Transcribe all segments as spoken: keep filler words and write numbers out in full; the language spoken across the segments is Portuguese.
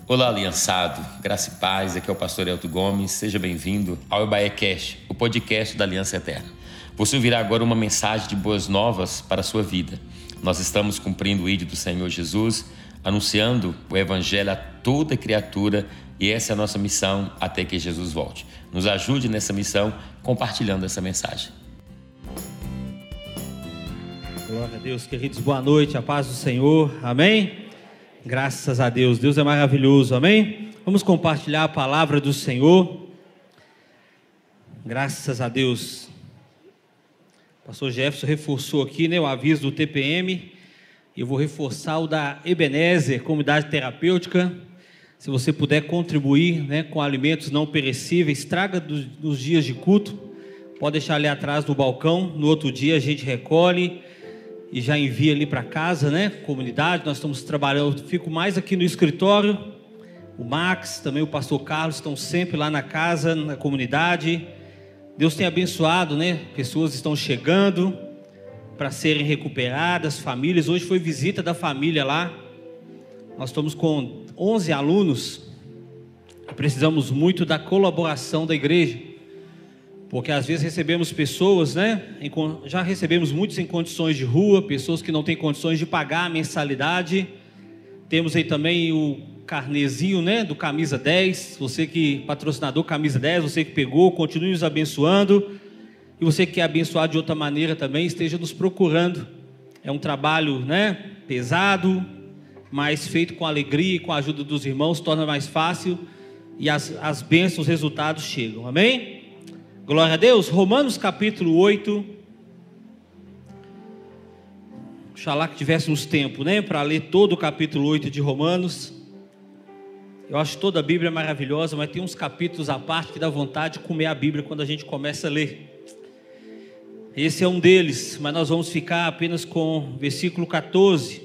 Olá, aliançado, graça e paz, aqui é o pastor Elton Gomes, seja bem-vindo ao EbaeCast, o podcast da Aliança Eterna. Você ouvirá agora uma mensagem de boas novas para a sua vida. Nós estamos cumprindo o ídolo do Senhor Jesus, anunciando o Evangelho a toda criatura, e essa é a nossa missão até que Jesus volte. Nos ajude nessa missão compartilhando essa mensagem. Glória a Deus, queridos, boa noite, a paz do Senhor, amém? Graças a Deus, Deus é maravilhoso, amém? Vamos compartilhar a palavra do Senhor. Graças a Deus. O pastor Jefferson reforçou aqui, né, o aviso do T P M. Eu vou reforçar o da Ebenezer, Comunidade Terapêutica. Se você puder contribuir, né, com alimentos não perecíveis, traga dos, dos dias de culto. Pode deixar ali atrás no balcão. No outro dia a gente recolhe e já envia ali para casa, né? Comunidade, nós estamos trabalhando, fico mais aqui no escritório. O Max, também o pastor Carlos estão sempre lá na casa, na comunidade. Deus tem abençoado, né? Pessoas estão chegando para serem recuperadas, famílias. Hoje foi visita da família lá. Nós estamos com onze alunos e precisamos muito da colaboração da igreja. Porque às vezes recebemos pessoas, né? Em, já recebemos muitos em condições de rua, pessoas que não têm condições de pagar a mensalidade. Temos aí também o carnezinho, né? Do Camisa dez. Você que patrocinador Camisa dez, você que pegou, continue nos abençoando. E você que quer abençoar de outra maneira também, esteja nos procurando. É um trabalho, né? Pesado, mas feito com alegria e com a ajuda dos irmãos, torna mais fácil. E as, as bênçãos, os resultados chegam. Amém? Glória a Deus. Romanos capítulo oito. Oxalá que tivéssemos tempo, né, para ler todo o capítulo oito de Romanos. Eu acho toda a Bíblia maravilhosa, mas tem uns capítulos à parte que dá vontade de comer a Bíblia quando a gente começa a ler. Esse é um deles, mas nós vamos ficar apenas com o versículo quatorze.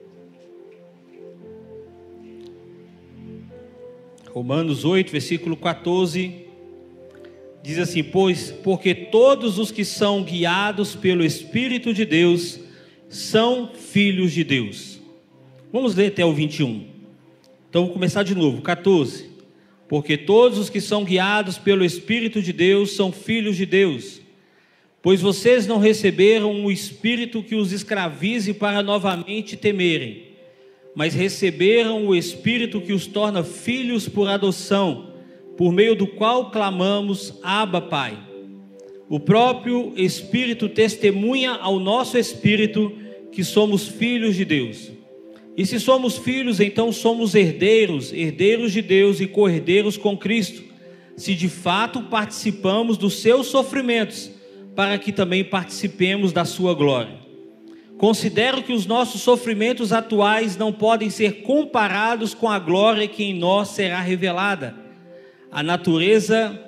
Romanos oito, versículo quatorze. Diz assim: pois, porque todos os que são guiados pelo Espírito de Deus são filhos de Deus. Vamos ler até o vinte e um. Então vou começar de novo, quatorze. Porque todos os que são guiados pelo Espírito de Deus são filhos de Deus. Pois vocês não receberam o Espírito que os escravize para novamente temerem, mas receberam o Espírito que os torna filhos por adoção, por meio do qual clamamos, Abba, Pai. O próprio Espírito testemunha ao nosso espírito que somos filhos de Deus. E se somos filhos, então somos herdeiros, herdeiros de Deus e co-herdeiros com Cristo, se de fato participamos dos seus sofrimentos, para que também participemos da sua glória. Considero que os nossos sofrimentos atuais não podem ser comparados com a glória que em nós será revelada. A natureza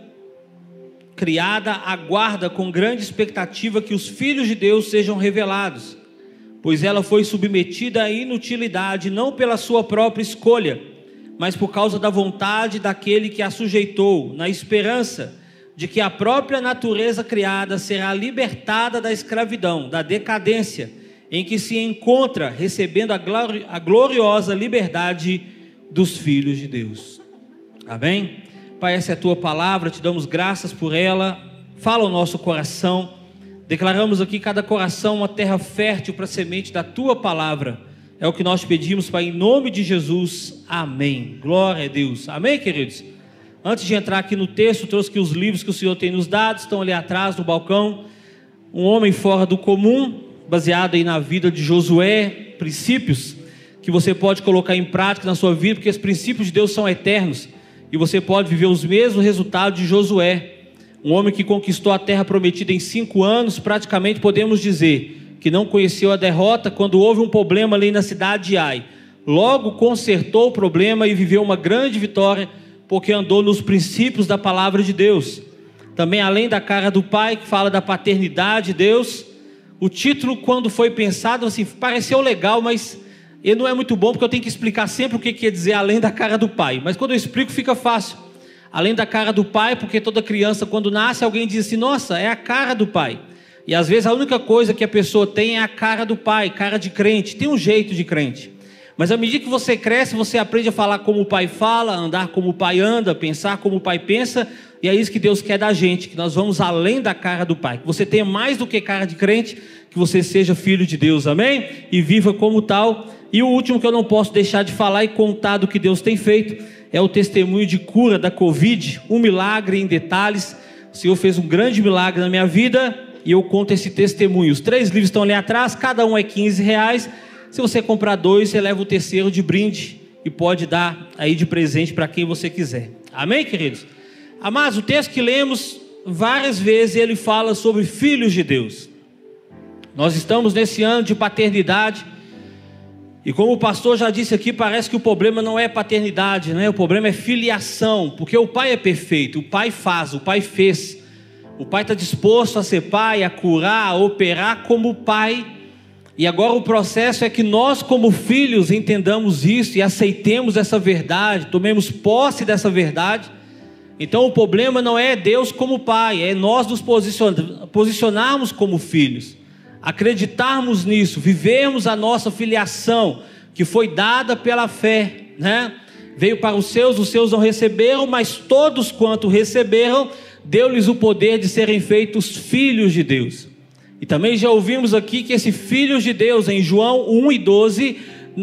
criada aguarda com grande expectativa que os filhos de Deus sejam revelados, pois ela foi submetida à inutilidade não pela sua própria escolha, mas por causa da vontade daquele que a sujeitou, na esperança de que a própria natureza criada será libertada da escravidão, da decadência em que se encontra, recebendo a, glori- a gloriosa liberdade dos filhos de Deus. Amém? Pai, essa é a Tua palavra, Te damos graças por ela. Fala o nosso coração. Declaramos aqui cada coração uma terra fértil para a semente da Tua palavra. É o que nós pedimos, Pai, em nome de Jesus. Amém. Glória a Deus. Amém, queridos? Antes de entrar aqui no texto, trouxe aqui os livros que o Senhor tem nos dado, estão ali atrás no balcão. Um homem fora do comum, baseado aí na vida de Josué, princípios que você pode colocar em prática na sua vida, porque os princípios de Deus são eternos. E você pode viver os mesmos resultados de Josué, um homem que conquistou a terra prometida em cinco anos. Praticamente podemos dizer que não conheceu a derrota quando houve um problema ali na cidade de Ai. Logo consertou o problema e viveu uma grande vitória, porque andou nos princípios da palavra de Deus. Também, além da cara do pai, que fala da paternidade de Deus, o título, quando foi pensado, assim, pareceu legal, mas ele não é muito bom, porque eu tenho que explicar sempre o que quer dizer além da cara do pai. Mas quando eu explico, fica fácil. Além da cara do pai, porque toda criança, quando nasce, alguém diz assim: nossa, é a cara do pai. E às vezes a única coisa que a pessoa tem é a cara do pai, cara de crente, tem um jeito de crente. Mas à medida que você cresce, você aprende a falar como o pai fala, andar como o pai anda, pensar como o pai pensa. E é isso que Deus quer da gente, que nós vamos além da cara do pai. Que você tenha mais do que cara de crente, que você seja filho de Deus, amém? E viva como tal. E o último que eu não posso deixar de falar e contar do que Deus tem feito é o testemunho de cura da Covid, um milagre em detalhes. O Senhor fez um grande milagre na minha vida e eu conto esse testemunho. Os três livros estão ali atrás, cada um é quinze reais. Se você comprar dois, você leva o terceiro de brinde e pode dar aí de presente para quem você quiser. Amém, queridos? Amados, o texto que lemos várias vezes ele fala sobre filhos de Deus. Nós estamos nesse ano de paternidade. E como o pastor já disse aqui, parece que o problema não é paternidade, né? O problema é filiação, porque o pai é perfeito, o pai faz, o pai fez. O pai está disposto a ser pai, a curar, a operar como pai. E agora o processo é que nós como filhos entendamos isso e aceitemos essa verdade, tomemos posse dessa verdade. Então o problema não é Deus como pai, é nós nos posicionarmos como filhos. Acreditarmos nisso, vivermos a nossa filiação que foi dada pela fé, né? Veio para os seus, os seus não receberam, mas todos quanto receberam, deu-lhes o poder de serem feitos filhos de Deus. E também já ouvimos aqui que esse filhos de Deus, em João um e doze,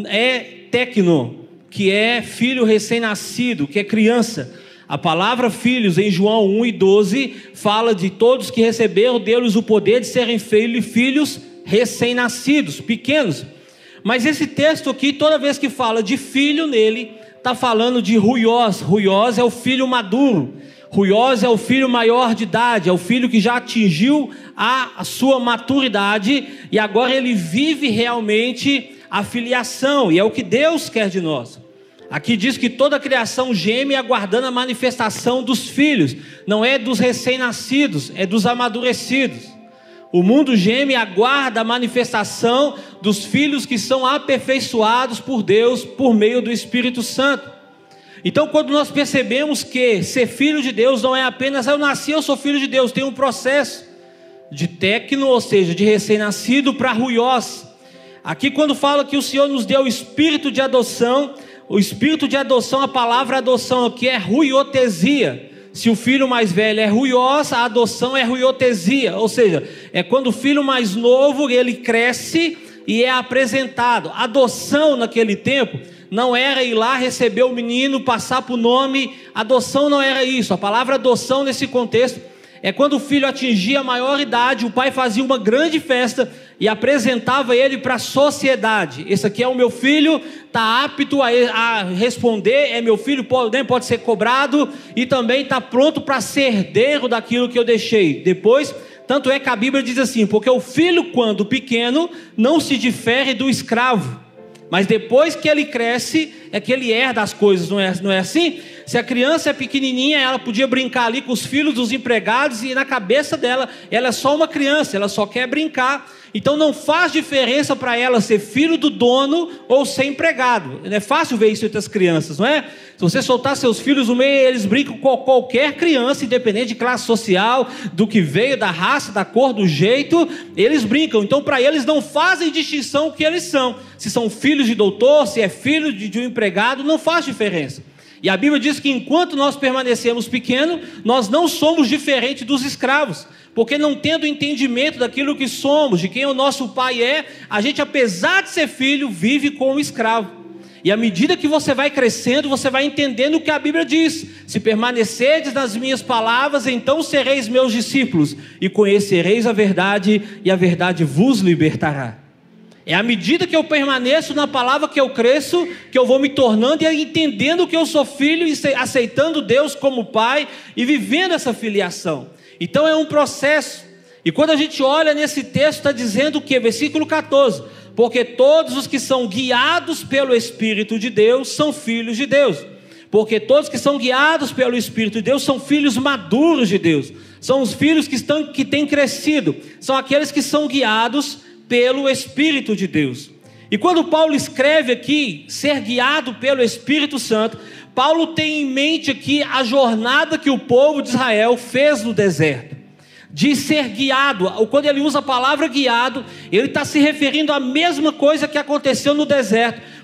é tecno, que é filho recém-nascido, que é criança. A palavra filhos em João um e doze fala de todos que receberam, deu-lhes o poder de serem filhos recém-nascidos, pequenos. Mas esse texto aqui, toda vez que fala de filho nele, está falando de ruiós. Ruiós é o filho maduro. Ruiós é o filho maior de idade, é o filho que já atingiu a, a sua maturidade e agora ele vive realmente a filiação, e é o que Deus quer de nós. Aqui diz que toda a criação geme aguardando a manifestação dos filhos. Não é dos recém-nascidos, é dos amadurecidos. O mundo geme e aguarda a manifestação dos filhos que são aperfeiçoados por Deus por meio do Espírito Santo. Então quando nós percebemos que ser filho de Deus não é apenas eu nasci, eu sou filho de Deus, tem um processo de tecno, ou seja, de recém-nascido para ruiós. Aqui quando fala que o Senhor nos deu o espírito de adoção, o espírito de adoção, a palavra adoção aqui é ruiotesia. Se o filho mais velho é ruiós, a adoção é ruiotesia, ou seja, é quando o filho mais novo ele cresce e é apresentado. Adoção naquele tempo não era ir lá receber o menino, passar por nome. Adoção não era isso. A palavra adoção nesse contexto é quando o filho atingia a maior idade, o pai fazia uma grande festa e apresentava ele para a sociedade. Esse aqui é o meu filho, está apto a, a responder, é meu filho, pode, pode ser cobrado e também está pronto para ser herdeiro daquilo que eu deixei. Depois, tanto é que a Bíblia diz assim, porque o filho quando pequeno não se difere do escravo, mas depois que ele cresce, é que ele herda as coisas, não é, não é assim? Se a criança é pequenininha, ela podia brincar ali com os filhos dos empregados e na cabeça dela, ela é só uma criança, ela só quer brincar. Então não faz diferença para ela ser filho do dono ou ser empregado. É fácil ver isso entre as crianças, não é? Se você soltar seus filhos no meio, eles brincam com qualquer criança, independente de classe social, do que veio, da raça, da cor, do jeito, eles brincam. Então para eles não fazem distinção o que eles são. Se são filhos de doutor, se é filho de, de um empregado, não faz diferença. E a Bíblia diz que enquanto nós permanecemos pequenos, nós não somos diferentes dos escravos, porque não tendo entendimento daquilo que somos, de quem o nosso pai é, a gente, apesar de ser filho, vive como escravo. E à medida que você vai crescendo, você vai entendendo o que a Bíblia diz: se permanecerdes nas minhas palavras, então sereis meus discípulos, e conhecereis a verdade, e a verdade vos libertará. É à medida que eu permaneço na palavra que eu cresço, que eu vou me tornando e entendendo que eu sou filho e aceitando Deus como pai e vivendo essa filiação. Então é um processo. E quando a gente olha nesse texto, está dizendo o que? Versículo quatorze. Porque todos os que são guiados pelo Espírito de Deus são filhos de Deus. Porque todos que são guiados pelo Espírito de Deus são filhos maduros de Deus. São os filhos que, estão, que têm crescido. São aqueles que são guiados pelo Espírito de Deus. E quando Paulo escreve aqui, ser guiado pelo Espírito Santo, Paulo tem em mente aqui a jornada que o povo de Israel fez no deserto, de ser guiado. Quando ele usa a palavra guiado, ele está se referindo à mesma coisa que aconteceu no deserto,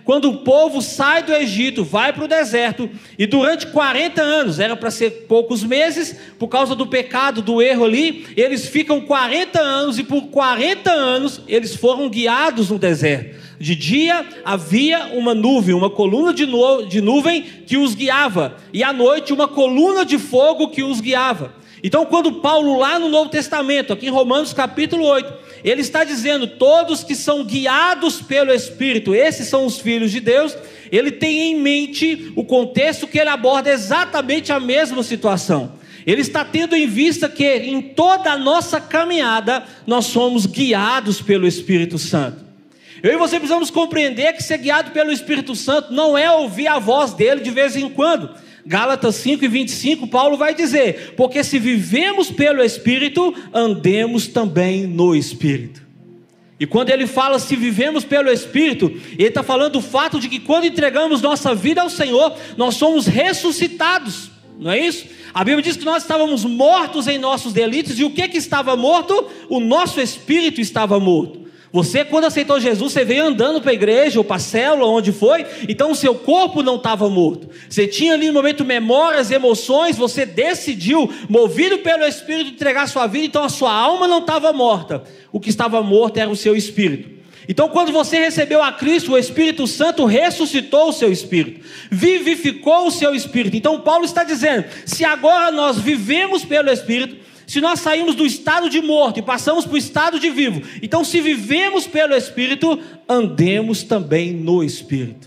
quando o povo sai do Egito, vai para o deserto, e durante quarenta anos, era para ser poucos meses, por causa do pecado, do erro ali, eles ficam quarenta anos, e por quarenta anos, eles foram guiados no deserto. De dia havia uma nuvem, uma coluna de, nu- de nuvem que os guiava, e à noite uma coluna de fogo que os guiava. Então quando Paulo lá no Novo Testamento, aqui em Romanos capítulo oito, ele está dizendo, todos que são guiados pelo Espírito, esses são os filhos de Deus, ele tem em mente o contexto que ele aborda exatamente a mesma situação. Ele está tendo em vista que em toda a nossa caminhada, nós somos guiados pelo Espírito Santo. Eu e você precisamos compreender que ser guiado pelo Espírito Santo não é ouvir a voz dele de vez em quando. Gálatas cinco e vinte e cinco, Paulo vai dizer, porque se vivemos pelo Espírito, andemos também no Espírito. E quando ele fala se vivemos pelo Espírito, ele está falando do fato de que quando entregamos nossa vida ao Senhor, nós somos ressuscitados, não é isso? A Bíblia diz que nós estávamos mortos em nossos delitos, e o que que estava morto? O nosso espírito estava morto. Você, quando aceitou Jesus, você veio andando para a igreja, ou para a célula, onde foi, então o seu corpo não estava morto. Você tinha ali no momento memórias, emoções, você decidiu, movido pelo Espírito, entregar a sua vida, então a sua alma não estava morta. O que estava morto era o seu espírito. Então quando você recebeu a Cristo, o Espírito Santo ressuscitou o seu espírito, vivificou o seu espírito. Então Paulo está dizendo, se agora nós vivemos pelo Espírito, se nós saímos do estado de morto e passamos para o estado de vivo, então se vivemos pelo Espírito, andemos também no Espírito.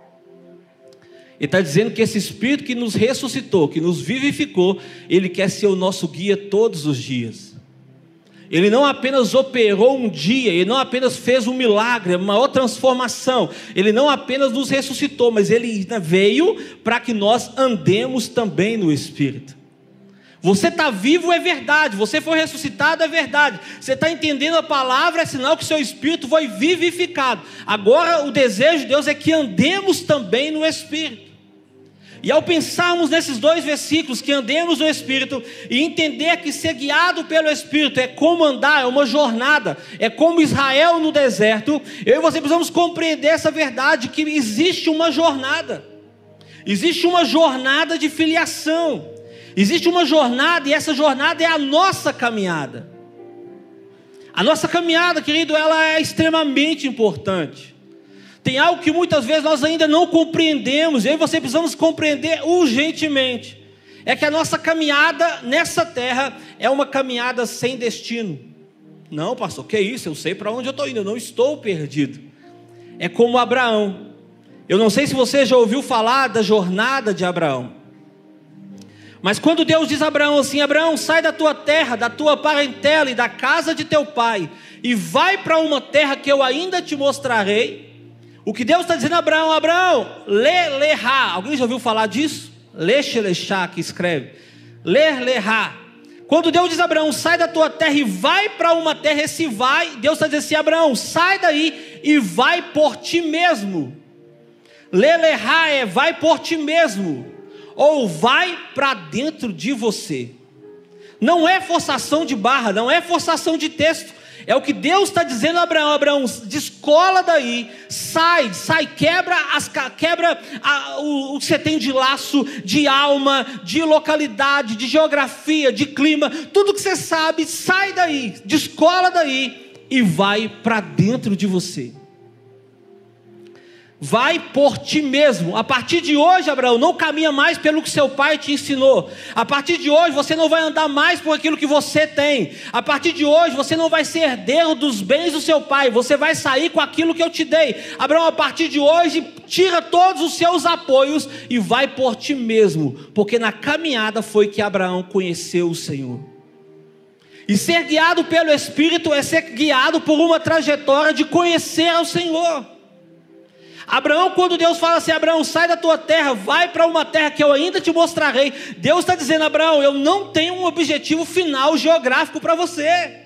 Ele está dizendo que esse Espírito que nos ressuscitou, que nos vivificou, ele quer ser o nosso guia todos os dias. Ele não apenas operou um dia, ele não apenas fez um milagre, uma outra transformação, ele não apenas nos ressuscitou, mas ele veio para que nós andemos também no Espírito. Você está vivo é verdade, você foi ressuscitado é verdade, você está entendendo a palavra, é sinal que o seu espírito foi vivificado. Agora o desejo de Deus é que andemos também no Espírito. E ao pensarmos nesses dois versículos, que andemos no Espírito, e entender que ser guiado pelo Espírito é como andar, é uma jornada, é como Israel no deserto, eu e você precisamos compreender essa verdade, que existe uma jornada, existe uma jornada de filiação, existe uma jornada, e essa jornada é a nossa caminhada. A nossa caminhada, querido, ela é extremamente importante. Tem algo que muitas vezes nós ainda não compreendemos, e aí você precisamos compreender urgentemente. É que a nossa caminhada nessa terra é uma caminhada sem destino. Não, pastor, que isso? Eu sei para onde eu estou indo, eu não estou perdido. É como Abraão. Eu não sei se você já ouviu falar da jornada de Abraão. Mas quando Deus diz a Abraão assim, Abraão, sai da tua terra, da tua parentela e da casa de teu pai, e vai para uma terra que eu ainda te mostrarei. O que Deus está dizendo a Abraão, Abraão, lê, lerá. Alguém já ouviu falar disso? Leche, lechá, que escreve. Ler, lerá. Quando Deus diz a Abraão, sai da tua terra e vai para uma terra, esse vai, Deus está dizendo assim, Abraão, sai daí e vai por ti mesmo. Lê, lerá é vai por ti mesmo. Ou vai para dentro de você. Não é forçação de barra, não é forçação de texto. É o que Deus está dizendo a Abraão, Abraão, descola daí, sai, sai, quebra, as, quebra a, o, o que você tem de laço, de alma, de localidade, de geografia, de clima, tudo que você sabe, sai daí, descola daí e vai para dentro de você. Vai por ti mesmo. A partir de hoje, Abraão, não caminha mais pelo que seu pai te ensinou. A partir de hoje, você não vai andar mais por aquilo que você tem. A partir de hoje, você não vai ser herdeiro dos bens do seu pai. Você vai sair com aquilo que eu te dei. Abraão, a partir de hoje, tira todos os seus apoios e vai por ti mesmo. Porque na caminhada foi que Abraão conheceu o Senhor. E ser guiado pelo Espírito é ser guiado por uma trajetória de conhecer ao Senhor. Abraão, quando Deus fala assim, Abraão, sai da tua terra, vai para uma terra que eu ainda te mostrarei. Deus está dizendo, Abraão, eu não tenho um objetivo final geográfico para você.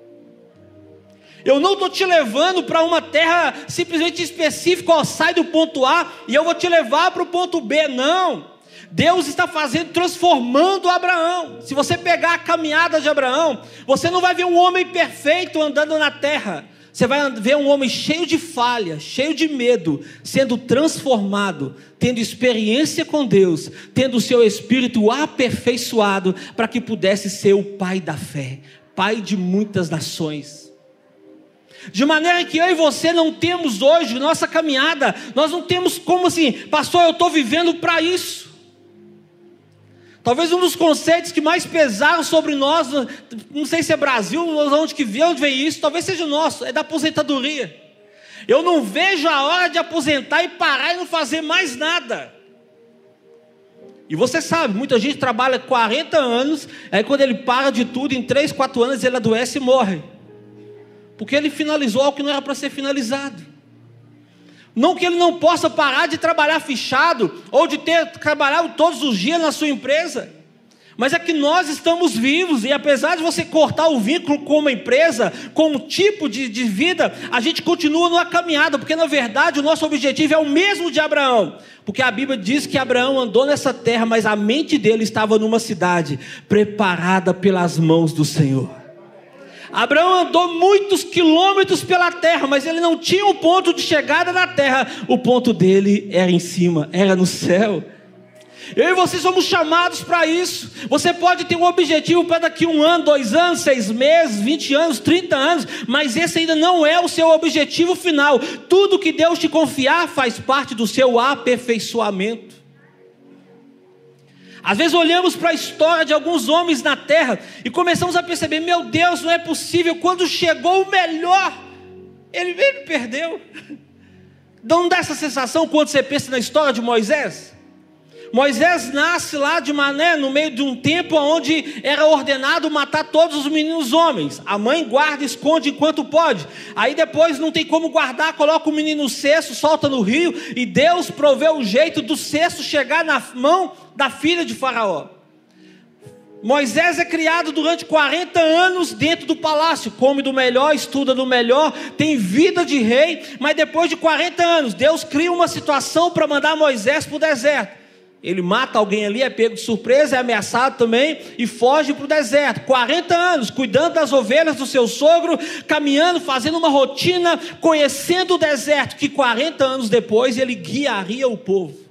Eu não estou te levando para uma terra simplesmente específica, ó, sai do ponto A e eu vou te levar para o ponto B. Não, Deus está fazendo, transformando Abraão. Se você pegar a caminhada de Abraão, você não vai ver um homem perfeito andando na terra. Você vai ver um homem cheio de falha, cheio de medo, sendo transformado, tendo experiência com Deus, tendo o seu espírito aperfeiçoado, para que pudesse ser o pai da fé, pai de muitas nações. De maneira que eu e você não temos hoje, nossa caminhada, nós não temos como assim, pastor, eu estou vivendo para isso. Talvez um dos conceitos que mais pesaram sobre nós, não sei se é Brasil, onde que vem, onde vem isso, talvez seja o nosso, é da aposentadoria. Eu não vejo a hora de aposentar e parar e não fazer mais nada. E você sabe, muita gente trabalha quarenta anos, aí quando ele para de tudo, em três, quatro anos ele adoece e morre. Porque ele finalizou algo que não era para ser finalizado. Não que ele não possa parar de trabalhar fichado, ou de ter trabalhado todos os dias na sua empresa, mas é que nós estamos vivos, e apesar de você cortar o vínculo com uma empresa, com um tipo de, de vida, a gente continua numa caminhada, porque na verdade o nosso objetivo é o mesmo de Abraão, porque a Bíblia diz que Abraão andou nessa terra, mas a mente dele estava numa cidade, preparada pelas mãos do Senhor. Abraão andou muitos quilômetros pela terra, mas ele não tinha um ponto de chegada na terra, o ponto dele era em cima, era no céu. Eu e você somos chamados para isso. Você pode ter um objetivo para daqui um ano, dois anos, seis meses, vinte anos, trinta anos, mas esse ainda não é o seu objetivo final. Tudo que Deus te confiar faz parte do seu aperfeiçoamento. Às vezes olhamos para a história de alguns homens na terra e começamos a perceber, meu Deus, não é possível, quando chegou o melhor, ele, ele perdeu. Não dá essa sensação quando você pensa na história de Moisés? Moisés nasce lá de Mané, no meio de um tempo onde era ordenado matar todos os meninos homens. A mãe guarda, esconde enquanto pode. Aí depois não tem como guardar, coloca o menino no cesto, solta no rio, e Deus provê o jeito do cesto chegar na mão da filha de Faraó. Moisés é criado durante quarenta anos dentro do palácio, come do melhor, estuda do melhor, tem vida de rei, mas depois de quarenta anos, Deus cria uma situação para mandar Moisés para o deserto. Ele mata alguém ali, é pego de surpresa, é ameaçado também e foge para o deserto. quarenta anos, cuidando das ovelhas do seu sogro, caminhando, fazendo uma rotina, conhecendo o deserto, que quarenta anos depois ele guiaria o povo.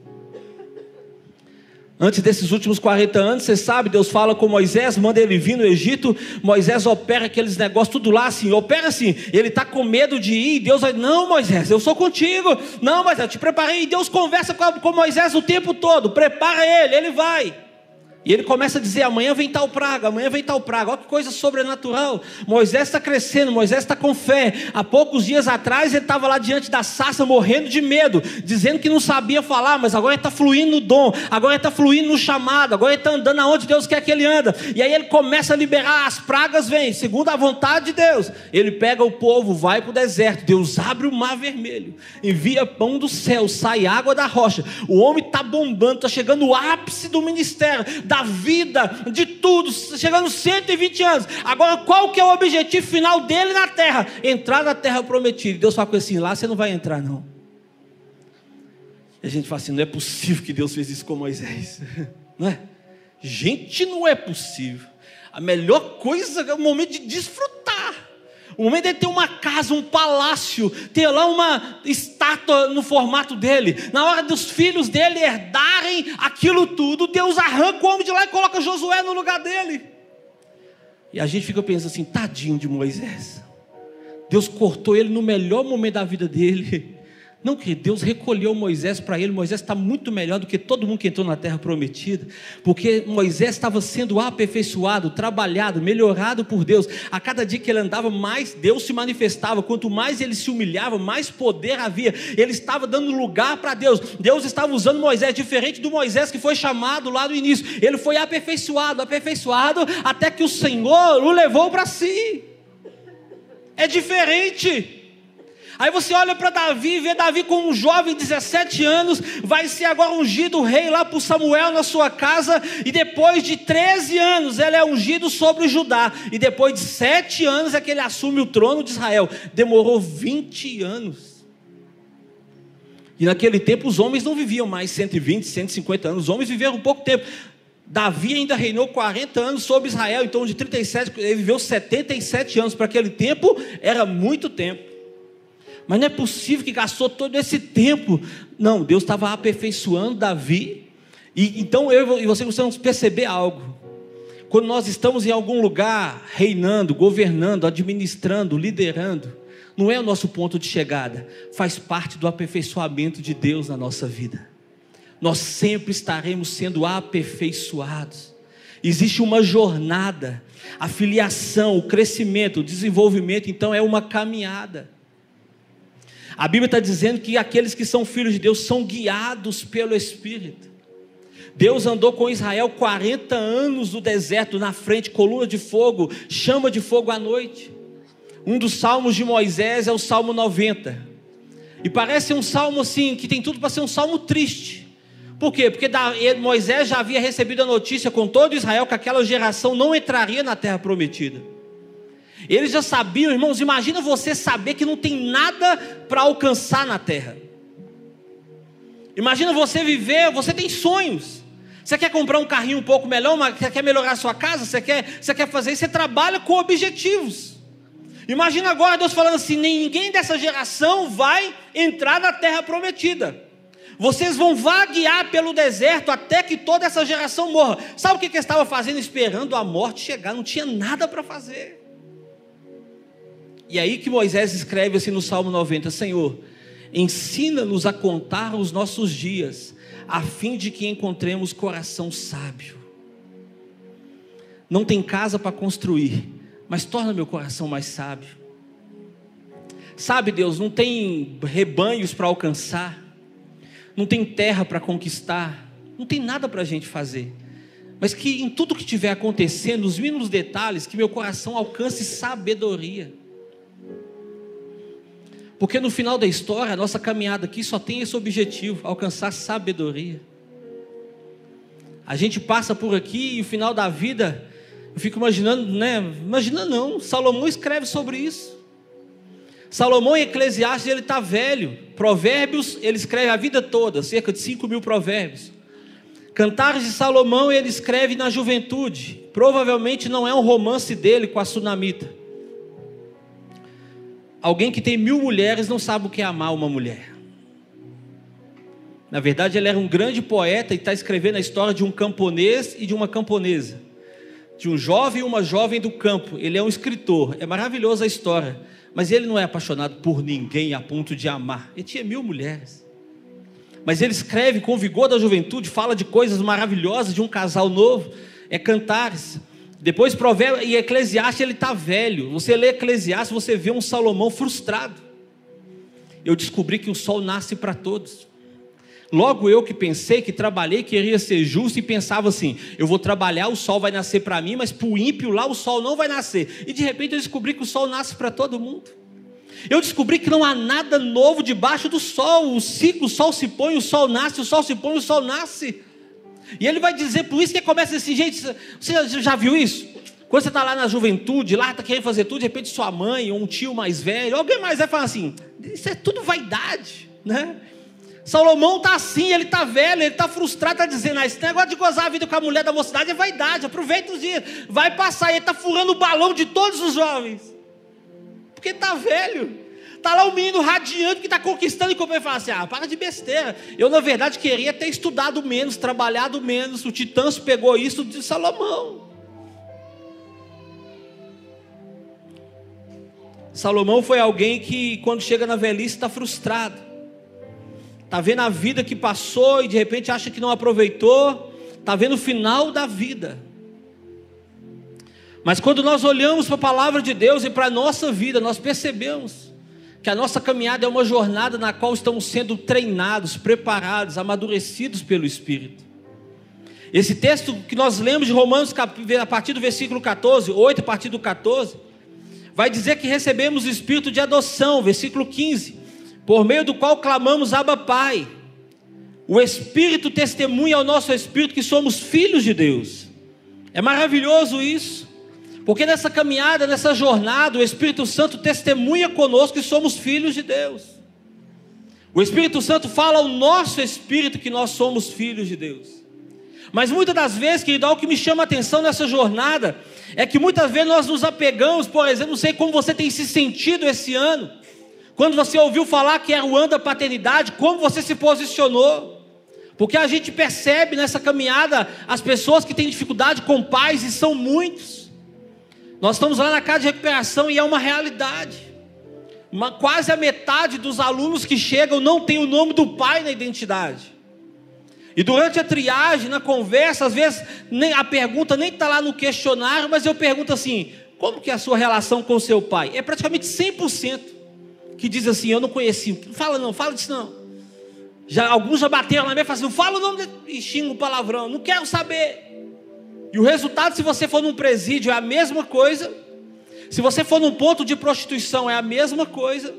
Antes desses últimos quarenta anos, você sabe, Deus fala com Moisés, manda ele vir no Egito. Moisés opera aqueles negócios tudo lá assim, opera assim, ele está com medo de ir, Deus vai, não Moisés, eu sou contigo, não Moisés, eu te preparei, e Deus conversa com, com Moisés o tempo todo, prepara ele, ele vai. E ele começa a dizer, amanhã vem tal praga, amanhã vem tal praga, olha que coisa sobrenatural. Moisés está crescendo, Moisés está com fé. Há poucos dias atrás ele estava lá diante da sarça morrendo de medo, dizendo que não sabia falar, mas agora ele está fluindo no dom, agora ele está fluindo no chamado, agora ele está andando aonde Deus quer que ele anda. E aí ele começa a liberar, as pragas vêm, segundo a vontade de Deus. Ele pega o povo, vai para o deserto, Deus abre o mar vermelho, envia pão do céu, sai água da rocha. O homem está bombando, está chegando o ápice do ministério, da vida, de tudo, chegando cento e vinte anos. Agora qual que é o objetivo final dele na terra? Entrar na terra prometida. Deus fala com ele assim, lá você não vai entrar não. E a gente fala assim, não é possível que Deus fez isso com Moisés. Não é? Gente, não é possível. A melhor coisa é o momento de desfrutar. O momento de ter uma casa, um palácio, ter lá uma estátua no formato dele. Na hora dos filhos dele herdarem aquilo tudo, Deus arranca o homem de lá e coloca Josué no lugar dele. E a gente fica pensando assim, tadinho de Moisés. Deus cortou ele no melhor momento da vida dele. Não, que Deus recolheu Moisés para ele. Moisés está muito melhor do que todo mundo que entrou na terra prometida, porque Moisés estava sendo aperfeiçoado, trabalhado, melhorado por Deus. A cada dia que ele andava, mais Deus se manifestava. Quanto mais ele se humilhava, mais poder havia. Ele estava dando lugar para Deus. Deus estava usando Moisés, diferente do Moisés que foi chamado lá no início. Ele foi aperfeiçoado, aperfeiçoado, até que o Senhor o levou para si. É diferente. Aí você olha para Davi, vê Davi com um jovem de dezessete anos, vai ser agora ungido rei lá por Samuel na sua casa, e depois de treze anos ele é ungido sobre Judá, e depois de sete anos é que ele assume o trono de Israel. Demorou vinte anos. E naquele tempo os homens não viviam mais cento e vinte, cento e cinquenta anos, os homens viveram pouco tempo. Davi ainda reinou quarenta anos sobre Israel, então de trinta e sete, ele viveu setenta e sete anos, para aquele tempo era muito tempo. Mas não é possível que gastou todo esse tempo. Não, Deus estava aperfeiçoando Davi. E então eu e você precisamos perceber algo. Quando nós estamos em algum lugar reinando, governando, administrando, liderando, não é o nosso ponto de chegada, faz parte do aperfeiçoamento de Deus na nossa vida. Nós sempre estaremos sendo aperfeiçoados. Existe uma jornada, a filiação, o crescimento, o desenvolvimento, então é uma caminhada. A Bíblia está dizendo que aqueles que são filhos de Deus são guiados pelo Espírito. Deus andou com Israel quarenta anos no deserto, na frente, coluna de fogo, chama de fogo à noite. Um dos salmos de Moisés é o Salmo noventa. E parece um salmo assim, que tem tudo para ser um salmo triste. Por quê? Porque Moisés já havia recebido a notícia com todo Israel que aquela geração não entraria na terra prometida. Eles já sabiam, irmãos, imagina você saber que não tem nada para alcançar na terra. Imagina você viver, você tem sonhos. Você quer comprar um carrinho um pouco melhor, você quer melhorar a sua casa, você quer, você quer fazer isso, você trabalha com objetivos. Imagina agora Deus falando assim: ninguém dessa geração vai entrar na terra prometida. Vocês vão vaguear pelo deserto até que toda essa geração morra. Sabe o que, que eles estavam fazendo? Esperando a morte chegar, não tinha nada para fazer. E aí que Moisés escreve assim no Salmo noventa: Senhor, ensina-nos a contar os nossos dias, a fim de que encontremos coração sábio. Não tem casa para construir, mas torna meu coração mais sábio. Sabe, Deus, não tem rebanhos para alcançar, não tem terra para conquistar, não tem nada para a gente fazer, mas que em tudo que estiver acontecendo, nos mínimos detalhes, que meu coração alcance sabedoria. Porque no final da história, a nossa caminhada aqui só tem esse objetivo: alcançar sabedoria. A gente passa por aqui e no final da vida, eu fico imaginando, né? Imagina não, Salomão escreve sobre isso. Salomão em Eclesiastes, ele está velho. Provérbios, ele escreve a vida toda, cerca de cinco mil provérbios. Cantares de Salomão, ele escreve na juventude. Provavelmente não é um romance dele com a sunamita. Alguém que tem mil mulheres não sabe o que é amar uma mulher. Na verdade, ele era um grande poeta e está escrevendo a história de um camponês e de uma camponesa, de um jovem e uma jovem do campo. Ele é um escritor, é maravilhosa a história, mas ele não é apaixonado por ninguém a ponto de amar. Ele tinha mil mulheres, mas ele escreve com o vigor da juventude, fala de coisas maravilhosas de um casal novo. É Cantares. Depois Provérbios e Eclesiastes, ele está velho. Você lê Eclesiastes, você vê um Salomão frustrado. Eu descobri que o sol nasce para todos. Logo eu que pensei, que trabalhei, queria ser justo e pensava assim: eu vou trabalhar, o sol vai nascer para mim, mas para o ímpio lá o sol não vai nascer. E de repente eu descobri que o sol nasce para todo mundo. Eu descobri que não há nada novo debaixo do sol. O ciclo, o sol se põe, o sol nasce, o sol se põe, o sol nasce. E ele vai dizer, por isso que ele começa assim: gente, você já viu isso? Quando você está lá na juventude, lá está querendo fazer tudo, de repente sua mãe, ou um tio mais velho, alguém mais vai falar assim: isso é tudo vaidade, né? Salomão está assim, ele está velho, ele está frustrado, está dizendo: ah, esse negócio de gozar a vida com a mulher da mocidade é vaidade, aproveita os dias, vai passar. Ele está furando o balão de todos os jovens, porque está velho. Está lá o menino radiante que está conquistando, e ele fala assim: ah, para de besteira. Eu na verdade queria ter estudado menos, trabalhado menos. O Titãs pegou isso de Salomão. Salomão foi alguém que quando chega na velhice está frustrado. Está vendo a vida que passou e de repente acha que não aproveitou. Está vendo o final da vida. Mas quando nós olhamos para a palavra de Deus e para a nossa vida, nós percebemos que a nossa caminhada é uma jornada na qual estamos sendo treinados, preparados, amadurecidos pelo Espírito. Esse texto que nós lemos de Romanos, a partir do versículo catorze, oito a partir do catorze, vai dizer que recebemos o Espírito de adoção, versículo quinze, por meio do qual clamamos: Abba, Pai. O Espírito testemunha ao nosso Espírito que somos filhos de Deus. É maravilhoso isso. Porque nessa caminhada, nessa jornada, o Espírito Santo testemunha conosco que somos filhos de Deus. O Espírito Santo fala ao nosso espírito que nós somos filhos de Deus. Mas muitas das vezes, querido, algo que me chama a atenção nessa jornada é que muitas vezes nós nos apegamos, por exemplo, não sei como você tem se sentido esse ano, Quando você ouviu falar que era o ano da paternidade, como você se posicionou? Porque a gente percebe nessa caminhada as pessoas que têm dificuldade com pais, e são muitos. Nós estamos lá na casa de recuperação e é uma realidade. Uma, quase a metade dos alunos que chegam não tem o nome do pai na identidade. E durante a triagem, na conversa, às vezes nem, a pergunta nem está lá no questionário, mas eu pergunto assim: como que é a sua relação com o seu pai? É praticamente cem por cento que diz assim: eu não conheci. Não fala não, fala disso não. Já, alguns já bateram na minha e falaram assim: não fala o nome de... e xinga o palavrão, não quero saber. E o resultado, se você for num presídio, é a mesma coisa. Se você for num ponto de prostituição, é a mesma coisa.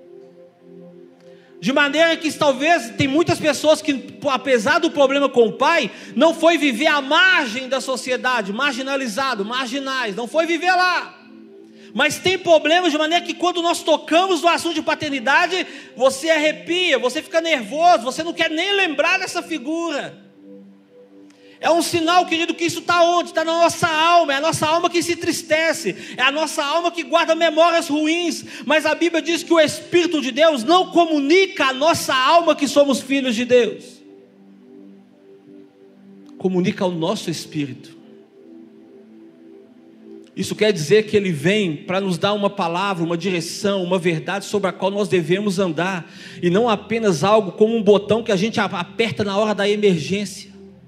De maneira que talvez tem muitas pessoas que, apesar do problema com o pai, não foi viver à margem da sociedade, marginalizado, marginais, não foi viver lá. Mas tem problemas de maneira que quando nós tocamos no assunto de paternidade, você arrepia, você fica nervoso, você não quer nem lembrar dessa figura. É um sinal, querido, que isso está onde? Está na nossa alma, é a nossa alma que se entristece, é a nossa alma que guarda memórias ruins. Mas a Bíblia diz que o Espírito de Deus não comunica à nossa alma que somos filhos de Deus. Comunica ao nosso espírito. Isso quer dizer que Ele vem para nos dar uma palavra, uma direção, uma verdade sobre a qual nós devemos andar, e não apenas algo como um botão que a gente aperta na hora da emergência.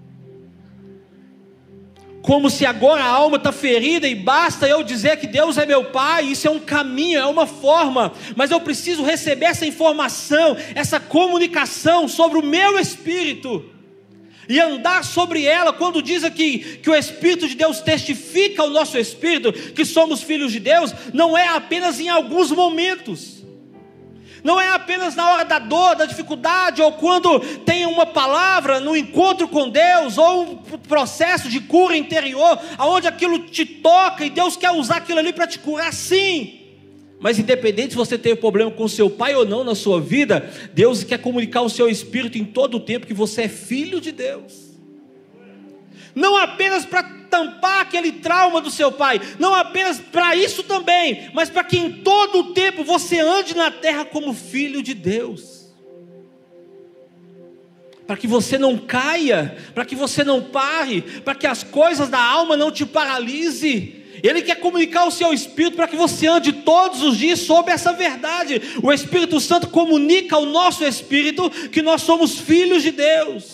Como se agora a alma está ferida e basta eu dizer que Deus é meu Pai. Isso é um caminho, é uma forma, mas eu preciso receber essa informação, essa comunicação sobre o meu espírito, e andar sobre ela. Quando diz aqui que o Espírito de Deus testifica ao nosso espírito que somos filhos de Deus, não é apenas em alguns momentos, não é apenas na hora da dor, da dificuldade, ou quando tem uma palavra no encontro com Deus, ou um processo de cura interior, aonde aquilo te toca e Deus quer usar aquilo ali para te curar, sim. Mas independente se você tem problema com seu pai ou não na sua vida, Deus quer comunicar ao seu espírito em todo o tempo que você é filho de Deus. Não apenas para tampar aquele trauma do seu pai, não apenas para isso também, mas para que em todo o tempo você ande na terra como filho de Deus. Para que você não caia, para que você não pare, para que as coisas da alma não te paralise. Ele quer comunicar ao seu espírito para que você ande todos os dias sobre essa verdade. O Espírito Santo comunica ao nosso espírito que nós somos filhos de Deus.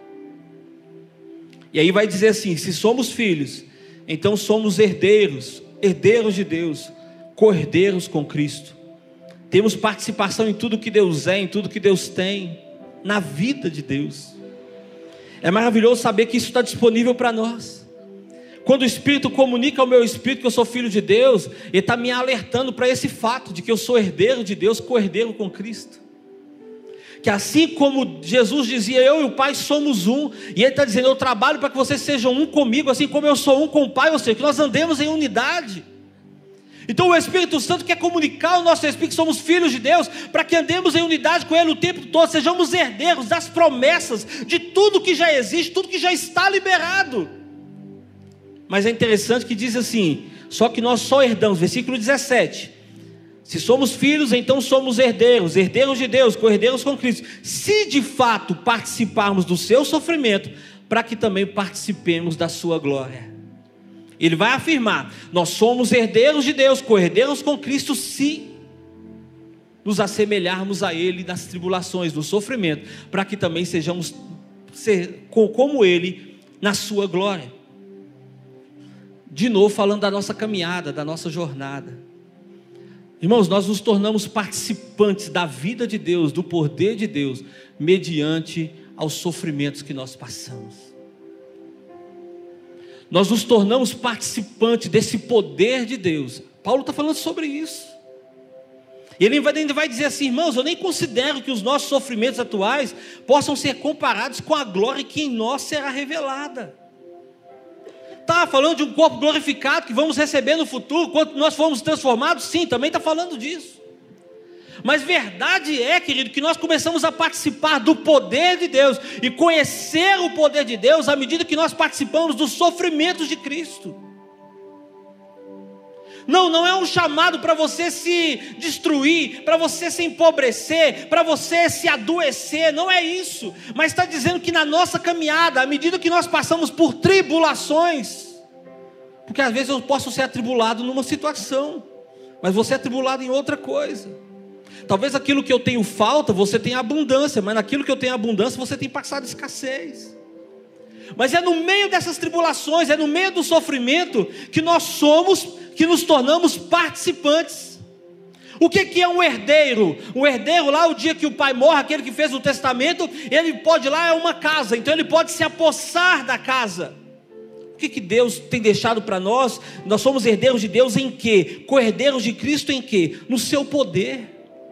E aí vai dizer assim: se somos filhos, então somos herdeiros, herdeiros de Deus, co-herdeiros com Cristo. Temos participação em tudo que Deus é, em tudo que Deus tem, na vida de Deus. É maravilhoso saber que isso está disponível para nós. Quando o Espírito comunica ao meu espírito que eu sou filho de Deus, Ele está me alertando para esse fato de que eu sou herdeiro de Deus, co-herdeiro com Cristo. Que assim como Jesus dizia, eu e o Pai somos um, e Ele está dizendo, eu trabalho para que vocês sejam um comigo, assim como eu sou um com o Pai, ou seja, que nós andemos em unidade. Então o Espírito Santo quer comunicar ao nosso espírito que somos filhos de Deus, para que andemos em unidade com Ele o tempo todo, sejamos herdeiros das promessas, de tudo que já existe, tudo que já está liberado. Mas é interessante que diz assim, só que nós só herdamos, versículo dezessete, se somos filhos, então somos herdeiros, herdeiros de Deus, co-herdeiros com Cristo, se de fato participarmos do seu sofrimento, para que também participemos da sua glória. Ele vai afirmar, nós somos herdeiros de Deus, co-herdeiros com Cristo, se nos assemelharmos a Ele nas tribulações, no sofrimento, para que também sejamos ser, como Ele na sua glória. De novo falando da nossa caminhada, da nossa jornada. Irmãos, nós nos tornamos participantes da vida de Deus, do poder de Deus, mediante aos sofrimentos que nós passamos. Nós nos tornamos participantes desse poder de Deus. Paulo está falando sobre isso. E ele ainda vai dizer assim, irmãos, eu nem considero que os nossos sofrimentos atuais possam ser comparados com a glória que em nós será revelada. Está falando de um corpo glorificado que vamos receber no futuro, quando nós formos transformados? Sim, também está falando disso. Mas verdade é, querido, que nós começamos a participar do poder de Deus e conhecer o poder de Deus à medida que nós participamos dos sofrimentos de Cristo. Não, não é um chamado para você se destruir, para você se empobrecer, para você se adoecer, não é isso. Mas está dizendo que na nossa caminhada, à medida que nós passamos por tribulações, porque às vezes eu posso ser atribulado numa situação, mas você é atribulado em outra coisa. Talvez aquilo que eu tenho falta, você tenha abundância, mas naquilo que eu tenho abundância, você tem passado escassez. Mas é no meio dessas tribulações, é no meio do sofrimento, que nós somos, que nos tornamos participantes. O que, que é um herdeiro? Um herdeiro lá, o dia que o pai morre, aquele que fez o testamento, ele pode ir lá, é uma casa, então ele pode se apossar da casa. O que, que Deus tem deixado para nós? Nós somos herdeiros de Deus em quê? Co-herdeiros de Cristo em quê? No seu poder,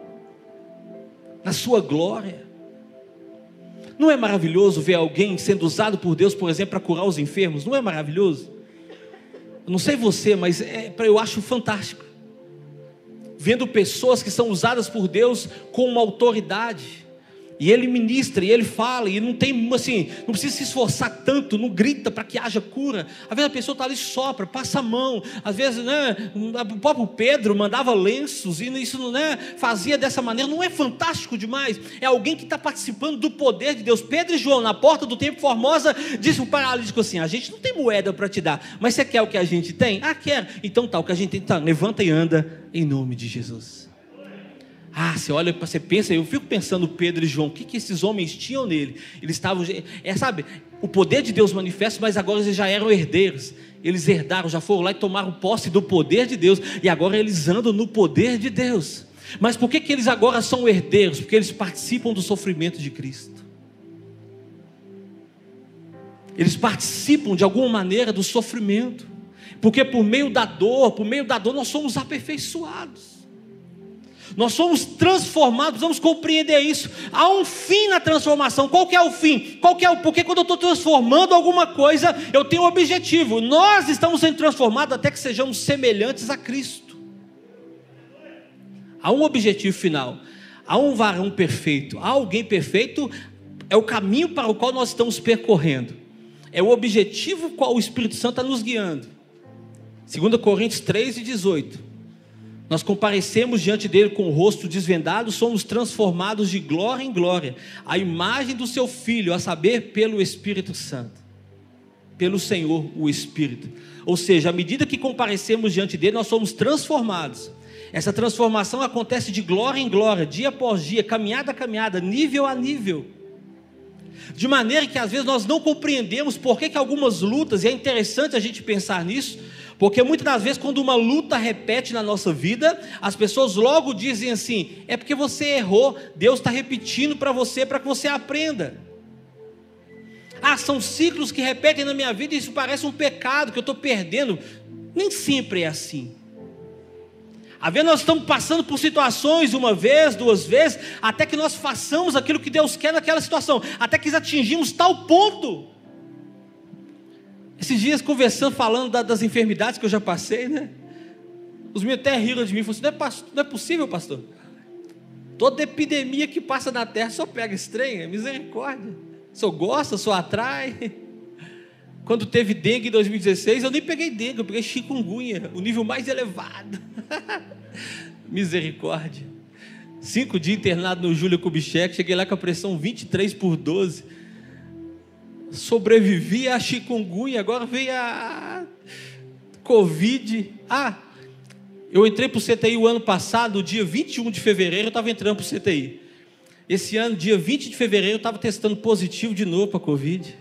na sua glória. Não é maravilhoso ver alguém sendo usado por Deus, por exemplo, para curar os enfermos? Não é maravilhoso? Eu não sei você, mas é, eu acho fantástico. Vendo pessoas que são usadas por Deus com uma autoridade, e Ele ministra, e Ele fala, e não tem assim, não precisa se esforçar tanto, não grita para que haja cura. Às vezes a pessoa está ali, sopra, passa a mão. Às vezes, né, o próprio Pedro mandava lenços, e isso, né, fazia dessa maneira. Não é fantástico demais? É alguém que está participando do poder de Deus. Pedro e João, na porta do Templo Formosa, disse para o paralítico assim: a gente não tem moeda para te dar, mas você quer o que a gente tem? Ah, quero. Então tá, o que a gente tem, tá, levanta e anda em nome de Jesus. Ah, você olha, você pensa, eu fico pensando Pedro e João, o que, que esses homens tinham nele? Eles estavam, é, sabe, o poder de Deus manifesta, mas agora eles já eram herdeiros. Eles herdaram, já foram lá e tomaram posse do poder de Deus, e agora eles andam no poder de Deus. Mas por que, que eles agora são herdeiros? Porque eles participam do sofrimento de Cristo. Eles participam de alguma maneira do sofrimento, porque por meio da dor, por meio da dor nós somos aperfeiçoados. Nós somos transformados, precisamos compreender isso. Há um fim na transformação. Qual que é o fim? Qual que é o... Porque quando eu estou transformando alguma coisa, eu tenho um objetivo. Nós estamos sendo transformados até que sejamos semelhantes a Cristo. Há um objetivo final. Há um varão perfeito. Há alguém perfeito. É o caminho para o qual nós estamos percorrendo. É o objetivo qual o Espírito Santo está nos guiando. Segunda Coríntios três e dezoito. Nós comparecemos diante dele com o rosto desvendado, somos transformados de glória em glória, a imagem do seu Filho, a saber, pelo Espírito Santo, pelo Senhor, o Espírito. Ou seja, à medida que comparecemos diante dele, nós somos transformados. Essa transformação acontece de glória em glória, dia após dia, caminhada a caminhada, nível a nível. De maneira que às vezes nós não compreendemos por que, que algumas lutas, e é interessante a gente pensar nisso, porque muitas das vezes quando uma luta repete na nossa vida, as pessoas logo dizem assim: é porque você errou, Deus está repetindo para você, para que você aprenda. Ah, são ciclos que repetem na minha vida e isso parece um pecado, que eu estou perdendo. Nem sempre é assim. Às vezes nós estamos passando por situações uma vez, duas vezes, até que nós façamos aquilo que Deus quer naquela situação, até que atingimos tal ponto. Esses dias conversando, falando da, das enfermidades que eu já passei, né? Os meus até riram de mim, falaram assim: não é, pastor, não é possível, pastor. Toda epidemia que passa na terra só pega estranha, misericórdia. O senhor gosta, o senhor atrai. Quando teve dengue em dois mil e dezesseis, eu nem peguei dengue, eu peguei chikungunya, o nível mais elevado. Misericórdia. Cinco dias internado no Júlia Kubitschek, cheguei lá com a pressão vinte e três por doze. Sobrevivi a chikungunya, agora veio a Covid. Ah, eu entrei para o C T I o ano passado, dia vinte e um de fevereiro, eu estava entrando para o C T I. Esse ano, dia vinte de fevereiro, eu estava testando positivo de novo para a Covid.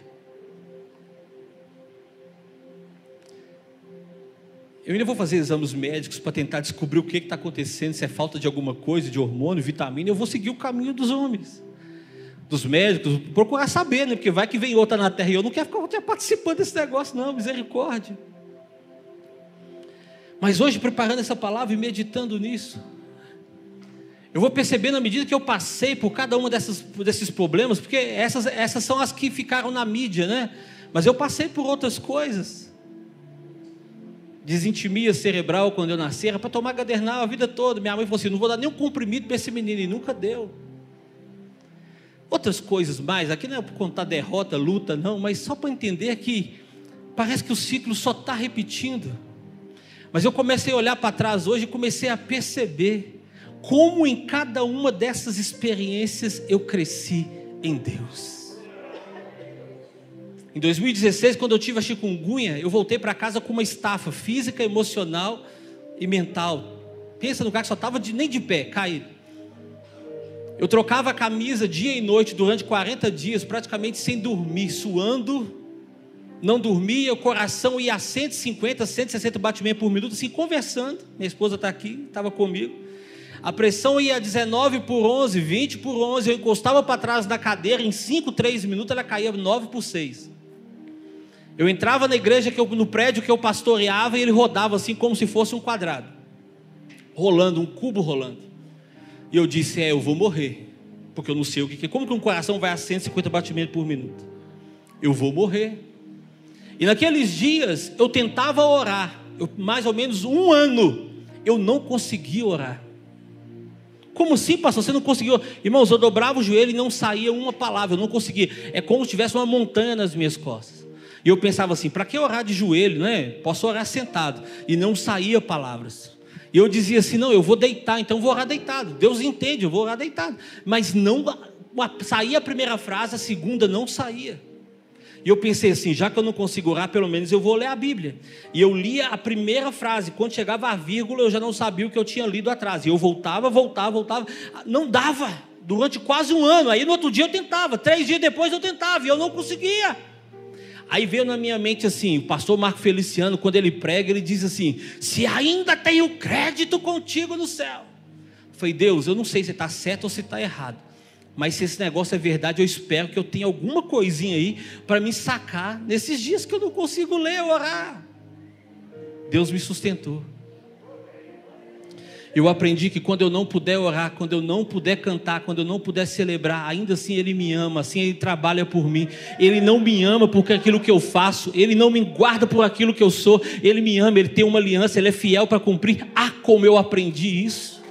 Eu ainda vou fazer exames médicos para tentar descobrir o que está acontecendo, se é falta de alguma coisa, de hormônio, vitamina. Eu vou seguir o caminho dos homens, dos médicos, procurar saber, né? Porque vai que vem outra na terra e eu não quero ficar participando desse negócio, não, misericórdia. Mas hoje, preparando essa palavra e meditando nisso, eu vou perceber na medida que eu passei por cada uma dessas, desses problemas, porque essas, essas são as que ficaram na mídia, né? Mas eu passei por outras coisas. Desintimia cerebral quando eu nasci, era para tomar Gadernal a vida toda. Minha mãe falou assim: não vou dar nenhum comprimido para esse menino, e nunca deu. Outras coisas mais, aqui não é para contar derrota, luta, não, mas só para entender que parece que o ciclo só está repetindo. Mas eu comecei a olhar para trás hoje e comecei a perceber como em cada uma dessas experiências eu cresci em Deus. Em dois mil e dezesseis, quando eu tive a chikungunya, eu voltei para casa com uma estafa física, emocional e mental. Pensa no cara que só estava nem de pé, caído. Eu trocava a camisa dia e noite durante quarenta dias, praticamente sem dormir, suando, não dormia, o coração ia a cento e cinquenta, cento e sessenta batimentos por minuto, assim, conversando. Minha esposa está aqui, estava comigo. A pressão ia a dezenove por onze, vinte por onze, eu encostava para trás da cadeira, em cinco, três minutos ela caía nove por seis. Eu entrava na igreja, que eu, no prédio que eu pastoreava, e ele rodava assim como se fosse um quadrado, rolando, um cubo rolando. E eu disse, é, eu vou morrer, porque eu não sei o que é, como que um coração vai a cento e cinquenta batimentos por minuto? Eu vou morrer. E naqueles dias, eu tentava orar, eu, mais ou menos um ano, eu não conseguia orar. Como assim, pastor? Você não conseguiu? Irmãos, eu dobrava o joelho e não saía uma palavra, eu não conseguia. É como se tivesse uma montanha nas minhas costas. E eu pensava assim, para que orar de joelho, né? Posso orar sentado. E não saía palavras. E eu dizia assim, não, eu vou deitar, então vou orar deitado. Deus entende, eu vou orar deitado. Mas não saía a primeira frase, a segunda não saía. E eu pensei assim, já que eu não consigo orar, pelo menos eu vou ler a Bíblia. E eu lia a primeira frase, quando chegava a vírgula, eu já não sabia o que eu tinha lido atrás. E eu voltava, voltava, voltava. Não dava, durante quase um ano. Aí no outro dia eu tentava, três dias depois eu tentava, e eu não conseguia. Aí veio na minha mente assim, o pastor Marco Feliciano, quando ele prega, ele diz assim, se ainda tenho crédito contigo no céu. Eu falei, Deus, eu não sei se está certo ou se está errado. Mas se esse negócio é verdade, eu espero que eu tenha alguma coisinha aí para me sacar nesses dias que eu não consigo ler, orar. Deus me sustentou. Eu aprendi que quando eu não puder orar, quando eu não puder cantar, quando eu não puder celebrar, ainda assim Ele me ama, assim Ele trabalha por mim. Ele não me ama por aquilo que eu faço, Ele não me guarda por aquilo que eu sou, Ele me ama, Ele tem uma aliança, Ele é fiel para cumprir. Ah, como eu aprendi isso!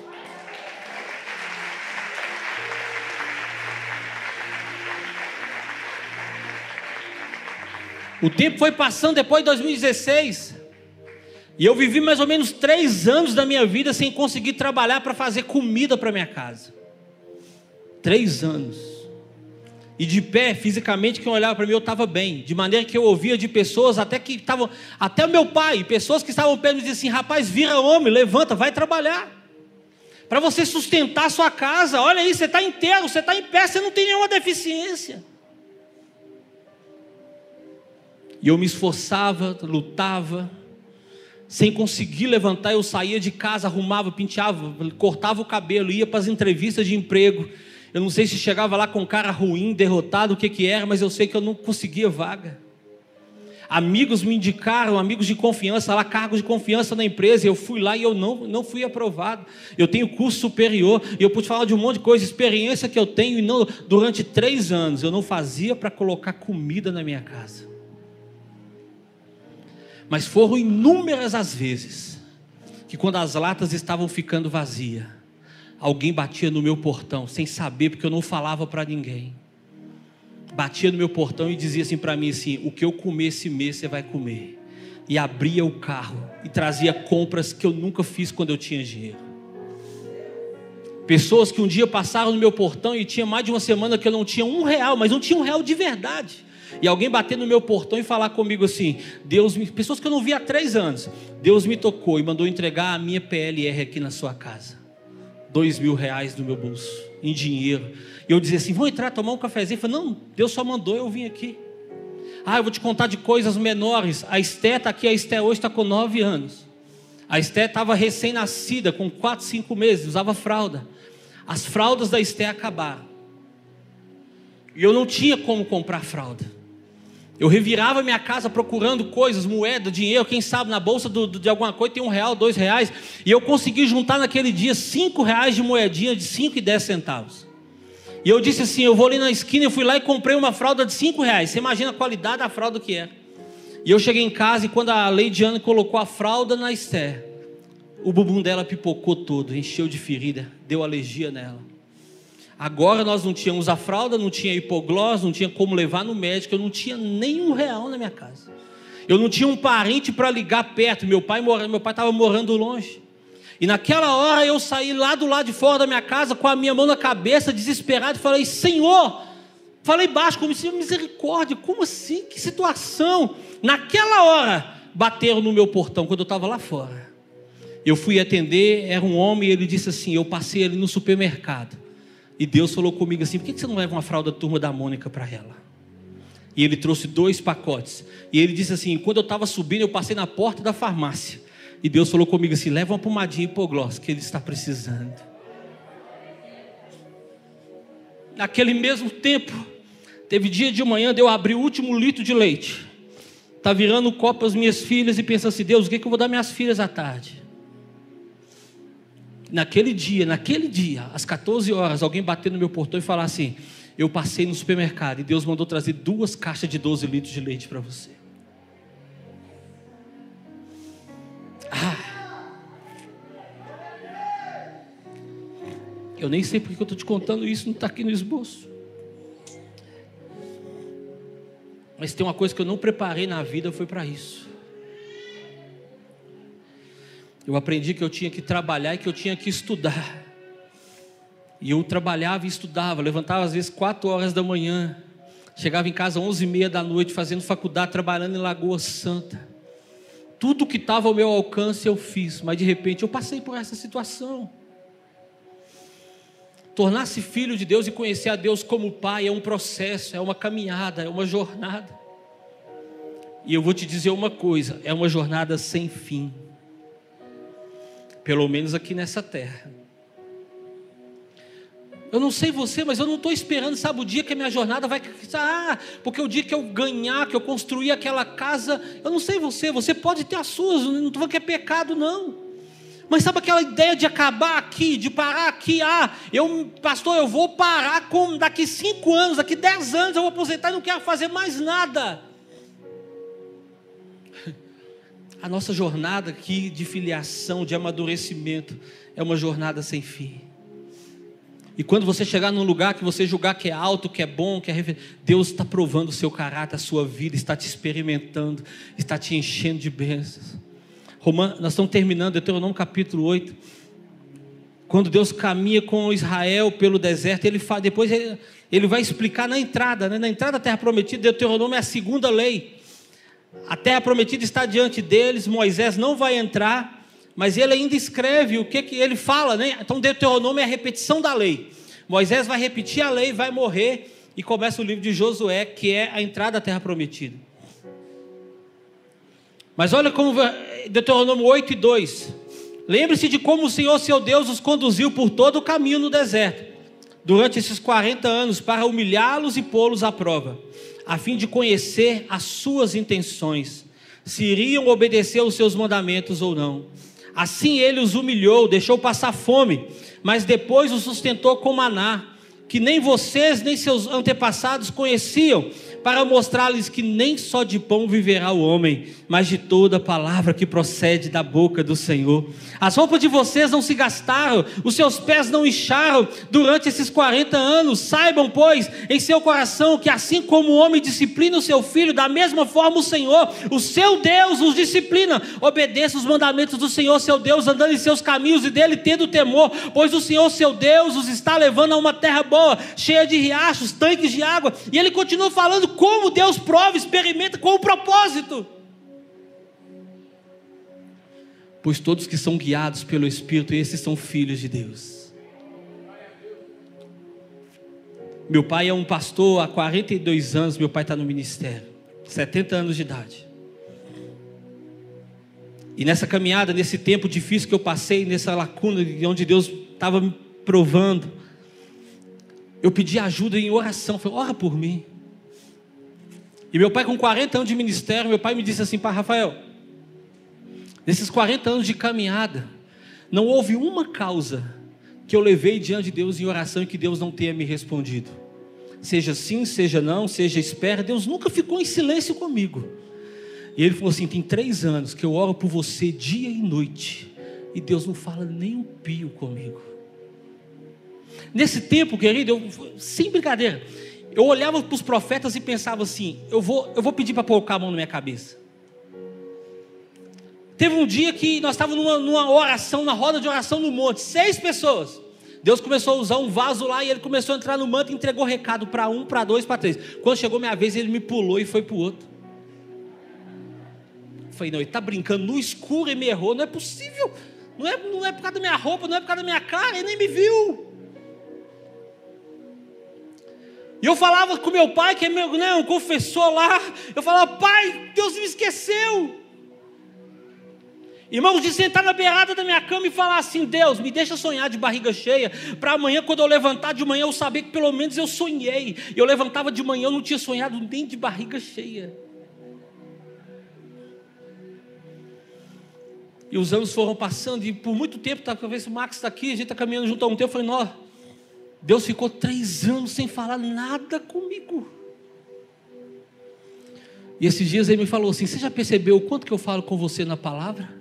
O tempo foi passando depois de dois mil e dezesseis, e eu vivi mais ou menos três anos da minha vida sem conseguir trabalhar para fazer comida para minha casa. Três anos. E de pé, fisicamente, quem olhava para mim, eu estava bem. De maneira que eu ouvia de pessoas, até que estavam, até meu pai, pessoas que estavam perto, me diziam assim, rapaz, vira homem, levanta, vai trabalhar. Para você sustentar a sua casa, olha aí, você está inteiro, você está em pé, você não tem nenhuma deficiência. E eu me esforçava, lutava, sem conseguir levantar, eu saía de casa, arrumava, penteava, cortava o cabelo, ia para as entrevistas de emprego. Eu não sei se chegava lá com cara ruim, derrotado, o que que era, mas eu sei que eu não conseguia vaga. Amigos me indicaram, amigos de confiança, lá cargos de confiança na empresa, eu fui lá e eu não, não fui aprovado. Eu tenho curso superior, e eu pude falar de um monte de coisa, experiência que eu tenho, e não, durante três anos eu não fazia para colocar comida na minha casa. Mas foram inúmeras as vezes que quando as latas estavam ficando vazias, alguém batia no meu portão, sem saber, porque eu não falava para ninguém. Batia no meu portão e dizia assim para mim assim, o que eu comer esse mês você vai comer. E abria o carro e trazia compras que eu nunca fiz quando eu tinha dinheiro. Pessoas que um dia passaram no meu portão e tinha mais de uma semana que eu não tinha um real, mas não tinha um real de verdade. E alguém bater no meu portão e falar comigo assim, Deus me... pessoas que eu não vi há três anos, Deus me tocou e mandou entregar a minha P L R aqui na sua casa. Dois mil reais no meu bolso, em dinheiro. E eu dizia assim, vou entrar, tomar um cafezinho. Eu falei, não, Deus só mandou, eu vim aqui. Ah, eu vou te contar de coisas menores. A Esté está aqui, a Esté hoje está com nove anos. A Esté estava recém-nascida, com quatro, cinco meses, usava fralda. As fraldas da Esté acabaram. E eu não tinha como comprar fralda. Eu revirava minha casa procurando coisas, moeda, dinheiro, quem sabe na bolsa do, de alguma coisa tem um real, dois reais. E eu consegui juntar naquele dia cinco reais de moedinha de cinco e dez centavos. E eu disse assim, eu vou ali na esquina, eu fui lá e comprei uma fralda de cinco reais. Você imagina a qualidade da fralda que é. E eu cheguei em casa e quando a Leidiane colocou a fralda na Esté, o bumbum dela pipocou todo, encheu de ferida, deu alergia nela. Agora nós não tínhamos a fralda, não tinha hipoglós, não tinha como levar no médico, eu não tinha nem um real na minha casa. Eu não tinha um parente para ligar perto. Meu pai mora, meu pai estava morando longe. E naquela hora eu saí lá do lado de fora da minha casa com a minha mão na cabeça, desesperado, e falei: Senhor, falei baixo, como se misericórdia, como assim? Que situação? Naquela hora, bateram no meu portão, quando eu estava lá fora. Eu fui atender, era um homem, e ele disse assim: eu passei ali no supermercado, e Deus falou comigo assim: por que você não leva uma fralda Turma da Mônica para ela? E ele trouxe dois pacotes, e ele disse assim: quando eu estava subindo, eu passei na porta da farmácia, e Deus falou comigo assim: leva uma pomadinha hipoglós, que ele está precisando. Naquele mesmo tempo, teve dia de manhã de eu abrir o último litro de leite, está virando um copo as minhas filhas, e pensa assim: Deus, o que, que eu vou dar minhas filhas à tarde? Naquele dia, naquele dia, às quatorze horas, alguém bateu no meu portão e falou assim: eu passei no supermercado e Deus mandou trazer duas caixas de doze litros de leite para você. Ah, eu nem sei porque eu estou te contando isso, não está aqui no esboço. Mas tem uma coisa que eu não preparei na vida, foi para isso. Eu aprendi que eu tinha que trabalhar e que eu tinha que estudar. E eu trabalhava e estudava, levantava às vezes quatro horas da manhã, chegava em casa onze e meia da noite, fazendo faculdade, trabalhando em Lagoa Santa. Tudo que estava ao meu alcance eu fiz, mas de repente eu passei por essa situação. Tornar-se filho de Deus e conhecer a Deus como Pai é um processo, é uma caminhada, é uma jornada. E eu vou te dizer uma coisa: é uma jornada sem fim. Pelo menos aqui nessa terra. Eu não sei você, mas eu não estou esperando, sabe, o dia que a minha jornada vai... Ah, porque o dia que eu ganhar, que eu construir aquela casa... Eu não sei você, você pode ter as suas, não estou falando que é pecado, não. Mas sabe aquela ideia de acabar aqui, de parar aqui? Ah, eu, pastor, eu vou parar com, daqui cinco anos, daqui dez anos eu vou aposentar e não quero fazer mais nada. A nossa jornada aqui de filiação, de amadurecimento, é uma jornada sem fim. E quando você chegar num lugar que você julgar que é alto, que é bom, que é refer... Deus está provando o seu caráter, a sua vida, está te experimentando, está te enchendo de bênçãos. Roman... Nós estamos terminando Deuteronômio capítulo oito. Quando Deus caminha com Israel pelo deserto, ele fala, depois ele, ele vai explicar na entrada, né? Na entrada da terra prometida. Deuteronômio é a segunda lei. A terra prometida está diante deles, Moisés não vai entrar, mas ele ainda escreve o que, que ele fala, né? Então Deuteronômio é a repetição da lei. Moisés vai repetir a lei, vai morrer, e começa o livro de Josué, que é a entrada da terra prometida. Mas olha como Deuteronômio oito e dois. Lembre-se de como o Senhor seu Deus os conduziu por todo o caminho no deserto, durante esses quarenta anos, para humilhá-los e pô-los à prova, a fim de conhecer as suas intenções, se iriam obedecer aos seus mandamentos ou não. Assim ele os humilhou, deixou passar fome, mas depois os sustentou com maná, que nem vocês nem seus antepassados conheciam, para mostrar-lhes que nem só de pão viverá o homem, mas de toda a palavra que procede da boca do Senhor. As roupas de vocês não se gastaram, os seus pés não incharam durante esses quarenta anos. Saibam, pois, em seu coração, que assim como o homem disciplina o seu filho, da mesma forma o Senhor, o seu Deus, os disciplina. Obedeça os mandamentos do Senhor seu Deus, andando em seus caminhos e dele tendo temor, pois o Senhor seu Deus os está levando a uma terra boa, cheia de riachos, tanques de água. E ele continua falando como Deus prova, experimenta, com o propósito. Pois todos que são guiados pelo Espírito, esses são filhos de Deus. Meu pai é um pastor há quarenta e dois anos, meu pai está no ministério, setenta anos de idade. E nessa caminhada, nesse tempo difícil que eu passei, nessa lacuna onde Deus estava me provando, eu pedi ajuda em oração, falei: ora por mim. E meu pai, com quarenta anos de ministério, meu pai me disse assim: pai Rafael, nesses quarenta anos de caminhada, não houve uma causa que eu levei diante de Deus em oração e que Deus não tenha me respondido. Seja sim, seja não, seja espera, Deus nunca ficou em silêncio comigo. E ele falou assim: tem três anos que eu oro por você dia e noite, e Deus não fala nem um pio comigo. Nesse tempo, querido, eu, sem brincadeira, eu olhava para os profetas e pensava assim: eu vou, eu vou pedir para colocar a mão na minha cabeça. Teve um dia que nós estávamos numa, numa oração, na roda de oração no monte, seis pessoas. Deus começou a usar um vaso lá e ele começou a entrar no manto e entregou recado para um, para dois, para três. Quando chegou minha vez, ele me pulou e foi para o outro. Eu falei, não, ele está brincando no escuro e me errou, não é possível. Não é, não é por causa da minha roupa, não é por causa da minha cara, ele nem me viu. E eu falava com meu pai, que é meu, né, um confessor lá, eu falava, pai, Deus me esqueceu. Irmãos, de sentar na beirada da minha cama e falar assim, Deus, me deixa sonhar de barriga cheia, para amanhã, quando eu levantar de manhã, eu saber que pelo menos eu sonhei. Eu levantava de manhã, eu não tinha sonhado nem de barriga cheia. E os anos foram passando, e por muito tempo, talvez o Max está aqui, a gente está caminhando junto há um tempo, eu falei, não, Deus ficou três anos sem falar nada comigo. E esses dias ele me falou assim, você já percebeu o quanto que eu falo com você na palavra?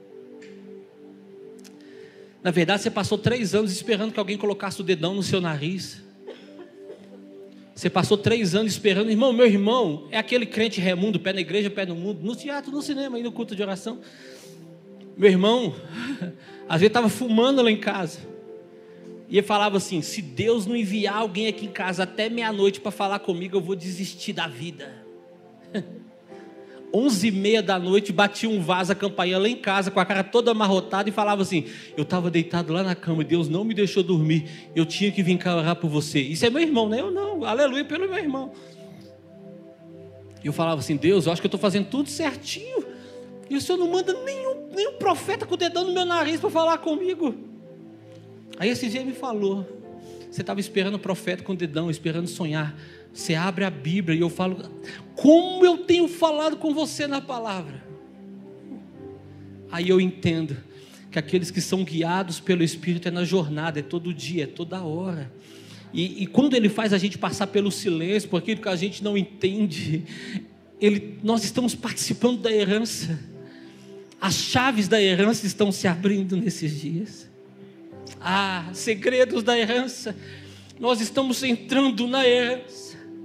Na verdade, você passou três anos esperando que alguém colocasse o dedão no seu nariz. Você passou três anos esperando. Irmão, meu irmão é aquele crente remundo, pé na igreja, pé no mundo, no teatro, no cinema, aí no culto de oração. Meu irmão, às vezes estava fumando lá em casa. E ele falava assim, se Deus não enviar alguém aqui em casa até meia-noite para falar comigo, eu vou desistir da vida. Onze e meia da noite, batia um vaso, a campainha lá em casa, com a cara toda amarrotada, e falava assim, eu estava deitado lá na cama, e Deus não me deixou dormir, eu tinha que vir cá orar por você. Isso é meu irmão, né? Eu não, aleluia pelo meu irmão. E eu falava assim, Deus, eu acho que eu estou fazendo tudo certinho, e o Senhor não manda nenhum, nenhum profeta com o dedão no meu nariz para falar comigo. Aí esse dia ele me falou, você estava esperando o profeta com o dedão, esperando sonhar. Você abre a Bíblia e eu falo, como eu tenho falado com você na palavra. Aí eu entendo que aqueles que são guiados pelo Espírito é na jornada, é todo dia, é toda hora. E, e quando Ele faz a gente passar pelo silêncio, por aquilo que a gente não entende, ele, nós estamos participando da herança. As chaves da herança estão se abrindo nesses dias. Ah, segredos da herança. Nós estamos entrando na herança.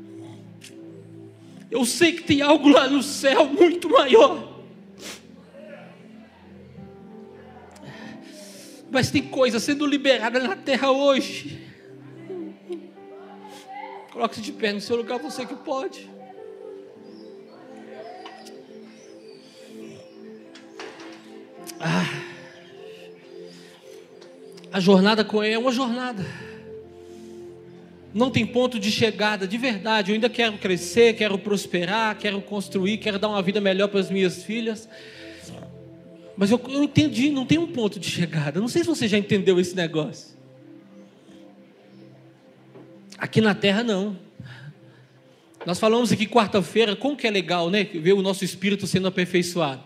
Eu sei que tem algo lá no céu muito maior. Mas tem coisa sendo liberada na terra hoje. Coloque-se de pé no seu lugar, você que pode. Ah, a jornada com ele é uma jornada. Não tem ponto de chegada, de verdade. Eu ainda quero crescer, quero prosperar, quero construir, quero dar uma vida melhor para as minhas filhas. Mas eu, eu entendi, não tem um ponto de chegada. Não sei se você já entendeu esse negócio. Aqui na terra não. Nós falamos aqui quarta-feira, como que é legal, né? Ver o nosso espírito sendo aperfeiçoado.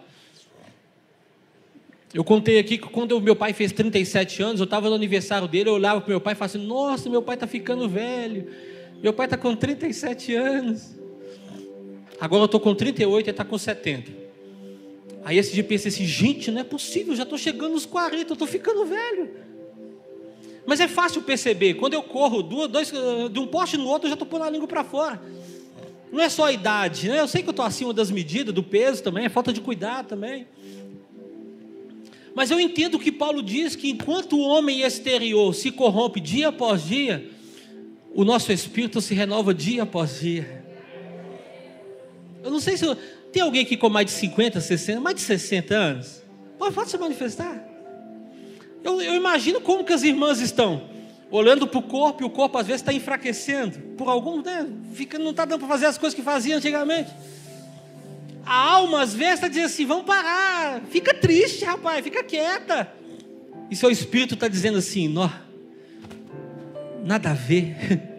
Eu contei aqui que quando o meu pai fez trinta e sete anos, eu estava no aniversário dele, eu olhava para o meu pai e falava assim, nossa, meu pai está ficando velho, meu pai está com trinta e sete anos, agora eu estou com trinta e oito, ele está com setenta. Aí esse dia eu pensei assim, gente, não é possível, eu já estou chegando nos quarenta, eu estou ficando velho. Mas é fácil perceber, quando eu corro duas, dois, de um poste no outro, eu já estou pondo a língua para fora. Não é só a idade, né? Eu sei que eu estou acima das medidas, do peso também, é falta de cuidado também. Mas eu entendo que Paulo diz que enquanto o homem exterior se corrompe dia após dia, o nosso espírito se renova dia após dia. Eu não sei se eu, tem alguém aqui com mais de cinquenta, sessenta, mais de sessenta anos? Pode, pode se manifestar. Eu, eu imagino como que as irmãs estão olhando para o corpo, e o corpo às vezes está enfraquecendo, por algum, né? Fica, não está dando para fazer as coisas que fazia antigamente. A alma às vezes está dizendo assim, vamos parar, fica triste, rapaz, fica quieta. E seu espírito está dizendo assim, nó, nada a ver.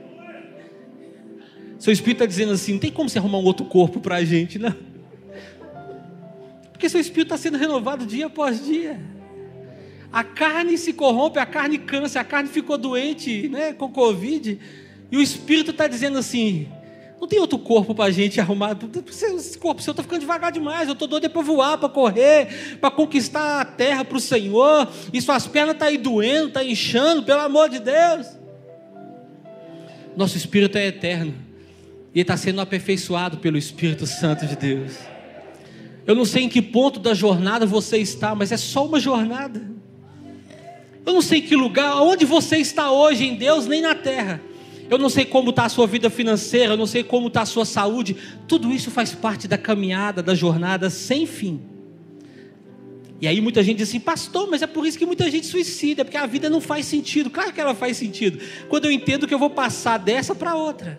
Seu espírito está dizendo assim, não tem como você arrumar um outro corpo para a gente, não. Porque seu espírito está sendo renovado dia após dia. A carne se corrompe, a carne cansa, a carne ficou doente, né, com Covid. E o espírito está dizendo assim, não tem outro corpo para a gente arrumar. Esse corpo seu está ficando devagar demais. Eu estou doido para voar, para correr, para conquistar a terra para o Senhor. E suas pernas estão aí doendo, estão inchando, pelo amor de Deus. Nosso espírito é eterno. E ele está sendo aperfeiçoado pelo Espírito Santo de Deus. Eu não sei em que ponto da jornada você está, mas é só uma jornada. Eu não sei em que lugar, onde você está hoje em Deus, nem na terra. Eu não sei como está a sua vida financeira, eu não sei como está a sua saúde. Tudo isso faz parte da caminhada, da jornada sem fim. E aí muita gente diz assim, pastor, mas é por isso que muita gente suicida, porque a vida não faz sentido. Claro que ela faz sentido, quando eu entendo que eu vou passar dessa para outra.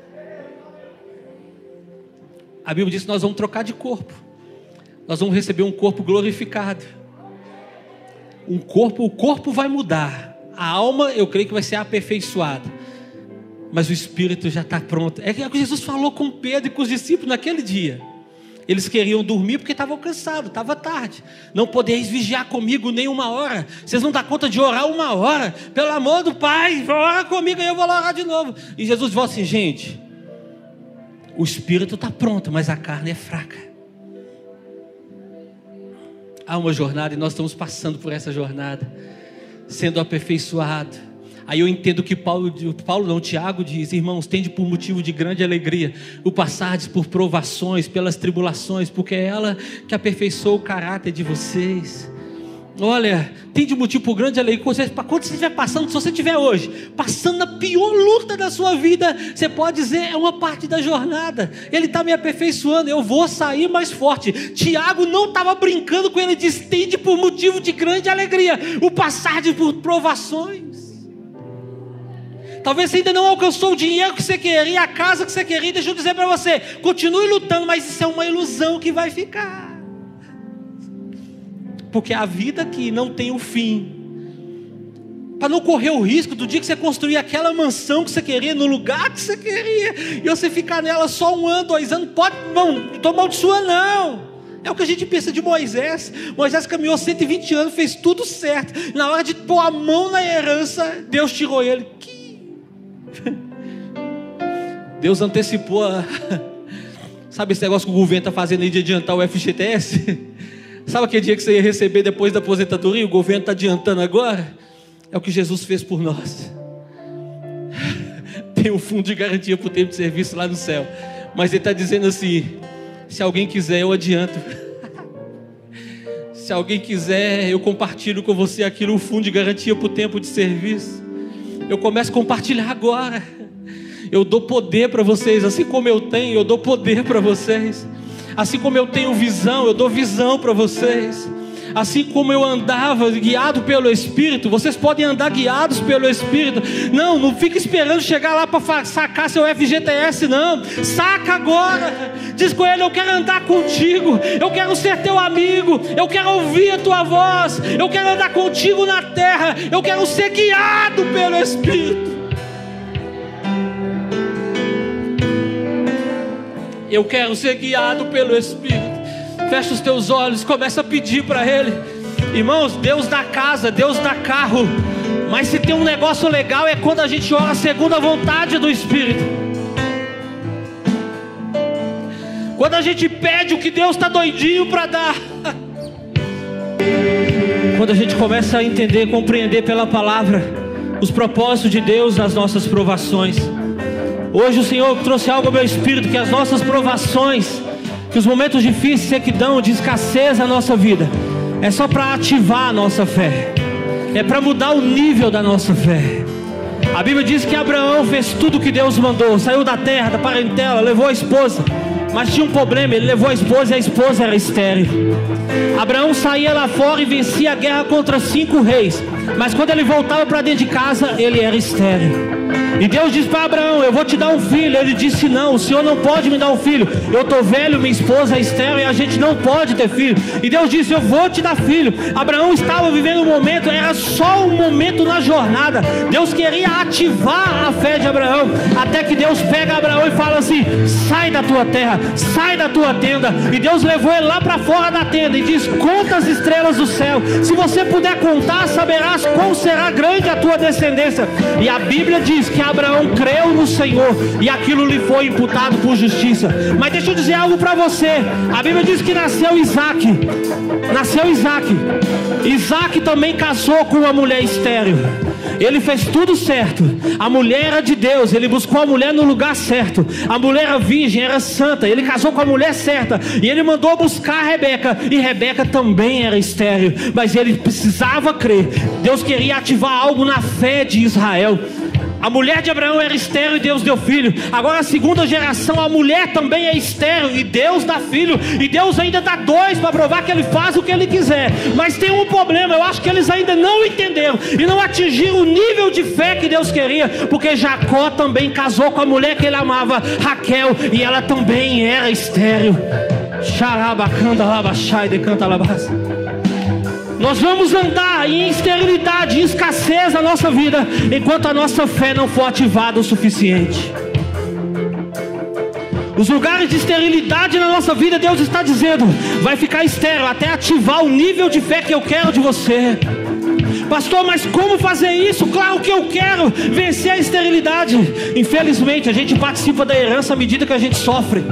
A Bíblia diz que nós vamos trocar de corpo. Nós vamos receber um corpo glorificado. Um corpo, o corpo vai mudar. A alma, eu creio que vai ser aperfeiçoada. Mas o espírito já está pronto. É que Jesus falou com Pedro e com os discípulos naquele dia. Eles queriam dormir porque estavam cansados, estava tarde. Não podeis vigiar comigo nem uma hora. Vocês não dão conta de orar uma hora. Pelo amor do Pai, ora comigo e eu vou lá orar de novo. E Jesus falou assim, gente, o espírito está pronto, mas a carne é fraca. Há uma jornada e nós estamos passando por essa jornada, sendo aperfeiçoado. Aí eu entendo que Paulo, Paulo não, Tiago diz, irmãos, tende por motivo de grande alegria o passardes por provações, pelas tribulações, porque é ela que aperfeiçoa o caráter de vocês. Olha, tende motivo por grande alegria, quando você estiver passando, se você estiver hoje, passando na pior luta da sua vida, você pode dizer, é uma parte da jornada, Ele está me aperfeiçoando, eu vou sair mais forte. Tiago não estava brincando com ele, diz, tende por motivo de grande alegria o passardes por provações. Talvez você ainda não alcançou o dinheiro que você queria, a casa que você queria. Deixa eu dizer para você, continue lutando, mas isso é uma ilusão que vai ficar. Porque a vida aqui não tem um fim. Para não correr o risco do dia que você construir aquela mansão que você queria, no lugar que você queria, e você ficar nela só um ano, dois anos, pode, não, não estou amaldiçoando não. É o que a gente pensa de Moisés. Moisés caminhou cento e vinte anos, fez tudo certo. Na hora de pôr a mão na herança, Deus tirou ele. Que Deus antecipou a... Sabe esse negócio que o governo está fazendo aí de adiantar o F G T S? Sabe aquele dia que você ia receber depois da aposentadoria? O governo está adiantando agora? É o que Jesus fez por nós. Tem um fundo de garantia para o tempo de serviço lá no céu, mas Ele está dizendo assim, se alguém quiser eu adianto. Se alguém quiser eu compartilho com você aquilo, o fundo de garantia para o tempo de serviço. Eu começo a compartilhar agora. Eu dou poder para vocês, assim como eu tenho, eu dou poder para vocês. Assim como eu tenho visão, eu dou visão para vocês. Assim como eu andava guiado pelo Espírito, vocês podem andar guiados pelo Espírito. Não, não fique esperando chegar lá para sacar seu F G T S, não. Saca agora. Diz com Ele, eu quero andar contigo, eu quero ser teu amigo, eu quero ouvir a tua voz, eu quero andar contigo na terra, eu quero ser guiado pelo Espírito. Eu quero ser guiado pelo Espírito. Fecha os teus olhos, começa a pedir para Ele. Irmãos, Deus dá casa, Deus dá carro, mas se tem um negócio legal é quando a gente ora segundo a vontade do Espírito. Quando a gente pede o que Deus está doidinho para dar. Quando a gente começa a entender, compreender pela palavra os propósitos de Deus nas nossas provações. Hoje o Senhor trouxe algo ao meu espírito, que as nossas provações, que os momentos difíceis, sequidão, de escassez na nossa vida, é só para ativar a nossa fé, é para mudar o nível da nossa fé. A Bíblia diz que Abraão fez tudo o que Deus mandou, saiu da terra, da parentela, levou a esposa, mas tinha um problema, ele levou a esposa e a esposa era estéril. Abraão saía lá fora e vencia a guerra contra cinco reis, mas quando ele voltava para dentro de casa, ele era estéril. E Deus disse para Abraão, eu vou te dar um filho. Ele disse, não, o Senhor não pode me dar um filho. Eu estou velho, minha esposa é estéril e a gente não pode ter filho. E Deus disse, eu vou te dar filho. Abraão estava vivendo um momento, era só um momento na jornada. Deus queria ativar a fé de Abraão, até que Deus pega Abraão e fala assim, sai da tua terra, sai da tua tenda. E Deus levou ele lá para fora da tenda e diz, conta as estrelas do céu. Se você puder contar, saberás quão será grande a tua descendência. E a Bíblia diz que Abraão creu no Senhor e aquilo lhe foi imputado por justiça. Mas deixa eu dizer algo para você. A Bíblia diz que nasceu Isaac. Nasceu Isaac. Isaac também casou com uma mulher estéril. Ele fez tudo certo. A mulher era de Deus, ele buscou a mulher no lugar certo. A mulher era virgem, era santa. Ele casou com a mulher certa. E ele mandou buscar a Rebeca. E Rebeca também era estéril. Mas ele precisava crer. Deus queria ativar algo na fé de Israel. A mulher de Abraão era estéril e Deus deu filho. Agora a segunda geração, a mulher também é estéril e Deus dá filho. E Deus ainda dá dois para provar que Ele faz o que Ele quiser. Mas tem um problema, eu acho que eles ainda não entenderam e não atingiram o nível de fé que Deus queria. Porque Jacó também casou com a mulher que ele amava, Raquel, e ela também era estéril. Xarabacanda labaxai decanta labas. Nós vamos andar em esterilidade, em escassez na nossa vida, enquanto a nossa fé não for ativada o suficiente. Os lugares de esterilidade na nossa vida, Deus está dizendo, vai ficar estéril até ativar o nível de fé que eu quero de você. Pastor, mas como fazer isso? Claro que eu quero vencer a esterilidade. Infelizmente, a gente participa da herança à medida que a gente sofre.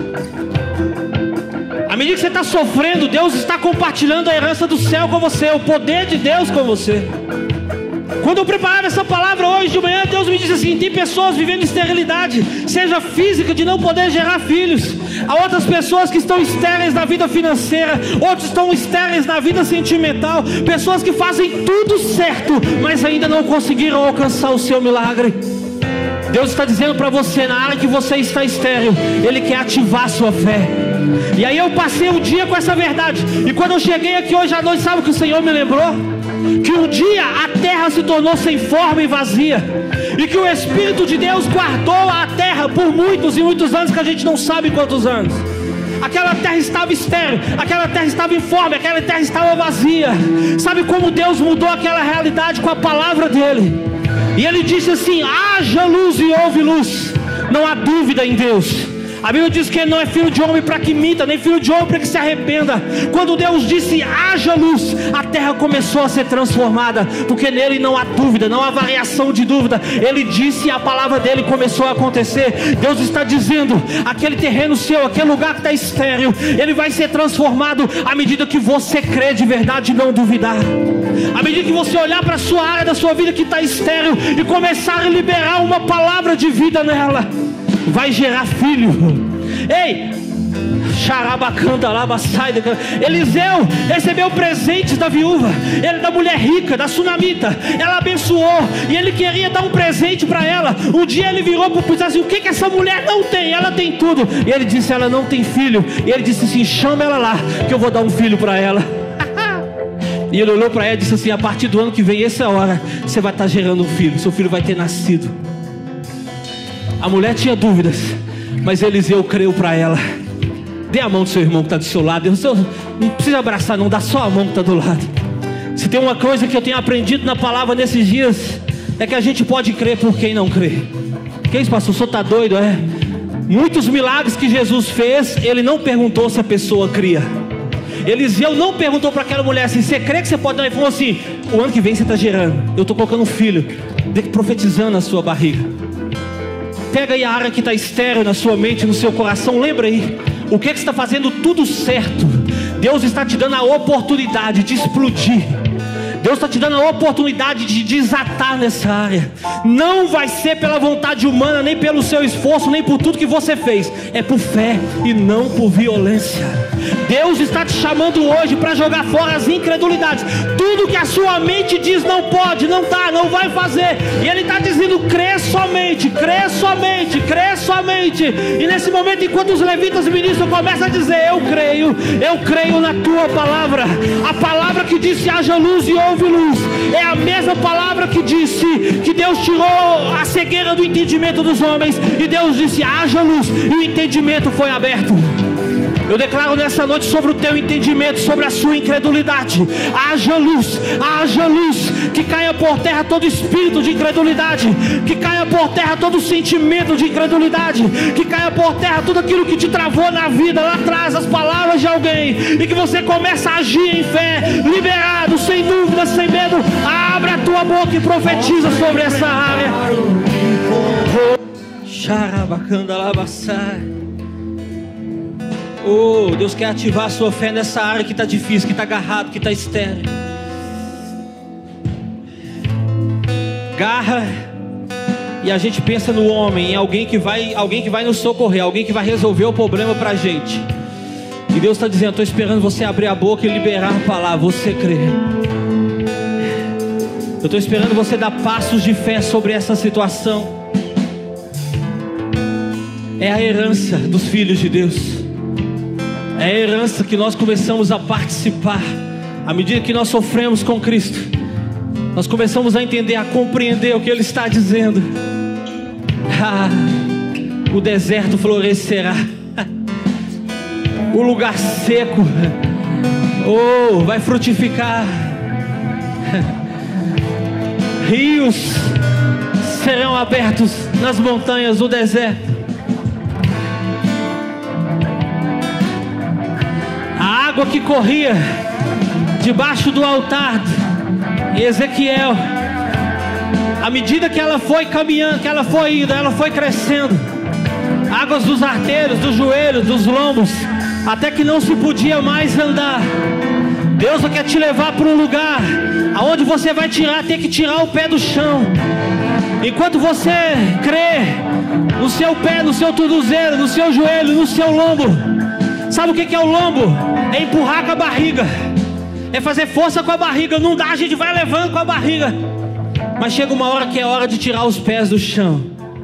À medida que você está sofrendo, Deus está compartilhando a herança do céu com você, o poder de Deus com você. Quando eu preparava essa palavra hoje de manhã, Deus me disse assim, tem pessoas vivendo esterilidade, seja física, de não poder gerar filhos. Há outras pessoas que estão estéreis na vida financeira, outros estão estéreis na vida sentimental. Pessoas que fazem tudo certo, mas ainda não conseguiram alcançar o seu milagre. Deus está dizendo para você, na área que você está estéril, Ele quer ativar a sua fé. E aí eu passei o dia com essa verdade. E quando eu cheguei aqui hoje à noite, sabe o que o Senhor me lembrou? Que um dia a terra se tornou sem forma e vazia, e que o Espírito de Deus guardou a terra por muitos e muitos anos, que a gente não sabe quantos anos. Aquela terra estava estéril, aquela terra estava informe, aquela terra estava vazia. Sabe como Deus mudou aquela realidade com a palavra dele? E Ele disse assim, haja luz e houve luz. Não há dúvida em Deus. A Bíblia diz que Ele não é filho de homem para que minta, nem filho de homem para que se arrependa. Quando Deus disse haja luz, a terra começou a ser transformada, porque nele não há dúvida, não há variação de dúvida. Ele disse e a palavra dele começou a acontecer. Deus está dizendo, aquele terreno seu, aquele lugar que está estéril, ele vai ser transformado à medida que você crê de verdade e não duvidar. À medida que você olhar para a sua área da sua vida que está estéril e começar a liberar uma palavra de vida nela, vai gerar filho. Ei, xarabacanda laba sai. Eliseu recebeu presentes da viúva, ele da mulher rica, da sunamita. Ela abençoou e ele queria dar um presente para ela. Um dia ele virou para o disse assim, o que que essa mulher não tem? Ela tem tudo. E ele disse, ela não tem filho. E ele disse assim, chama ela lá, que eu vou dar um filho para ela. E ele olhou para ela e disse assim, a partir do ano que vem, essa hora, você vai estar gerando um filho, seu filho vai ter nascido. A mulher tinha dúvidas, mas Eliseu creu para ela. Dê a mão do seu irmão que está do seu lado. Não precisa abraçar não, dá só a mão que está do lado. Se tem uma coisa que eu tenho aprendido na palavra nesses dias, é que a gente pode crer por quem não crê. Que isso, pastor? O senhor está doido, é? Muitos milagres que Jesus fez, Ele não perguntou se a pessoa cria. Eliseu não perguntou para aquela mulher assim, você crê que você pode dar? Ele falou assim, o ano que vem você está gerando, eu estou colocando um filho, profetizando na sua barriga. Pega aí a área que está estéril na sua mente, no seu coração. Lembra aí, o que, que você está fazendo tudo certo. Deus está te dando a oportunidade de explodir. Deus está te dando a oportunidade de desatar nessa área. Não vai ser pela vontade humana, nem pelo seu esforço, nem por tudo que você fez. É por fé e não por violência. Deus está te chamando hoje para jogar fora as incredulidades. Tudo que a sua mente diz não pode, não dá, não vai fazer. E Ele está dizendo, crê somente, crê somente, crê somente. E nesse momento, enquanto os levitas ministros começam a dizer, eu creio, eu creio na tua palavra. A palavra que disse haja luz e houve luz, é a mesma palavra que disse que Deus tirou a cegueira do entendimento dos homens, e Deus disse haja luz, e o entendimento foi aberto. Eu declaro nessa noite sobre o teu entendimento, sobre a sua incredulidade, haja luz, haja luz, que caia por terra todo espírito de incredulidade, que caia por terra todo sentimento de incredulidade, que caia por terra tudo aquilo que te travou na vida lá atrás, as palavras de alguém, e que você comece a agir em fé, liberado, sem dúvida, sem medo. Abra a tua boca e profetiza sobre essa área. Xarabacandalabaçai. Oh, Deus quer ativar a sua fé nessa área que está difícil, que está agarrado, que está estéril. garra e a gente pensa no homem, em alguém que vai, alguém que vai nos socorrer, alguém que vai resolver o problema pra gente. E Deus está dizendo: estou esperando você abrir a boca e liberar a palavra. Você crê? Eu estou esperando você dar passos de fé sobre essa situação. É a herança dos filhos de Deus. É a herança que nós começamos a participar à medida que nós sofremos com Cristo. Nós começamos a entender, a compreender o que Ele está dizendo. Ah, o deserto florescerá, o lugar seco, oh, vai frutificar. Rios serão abertos nas montanhas do deserto. A água que corria debaixo do altar em Ezequiel, à medida que ela foi caminhando, que ela foi indo, ela foi crescendo. Águas dos arteiros, dos joelhos, dos lombos, até que não se podia mais andar. Deus quer te levar para um lugar aonde você vai tirar, ter que tirar o pé do chão. Enquanto você crê no seu pé, no seu tornozelo, no seu joelho, no seu lombo. Sabe o que é o lombo? É empurrar com a barriga, é fazer força com a barriga. Não dá, a gente vai levando com a barriga. Mas chega uma hora que é hora de tirar os pés do chão.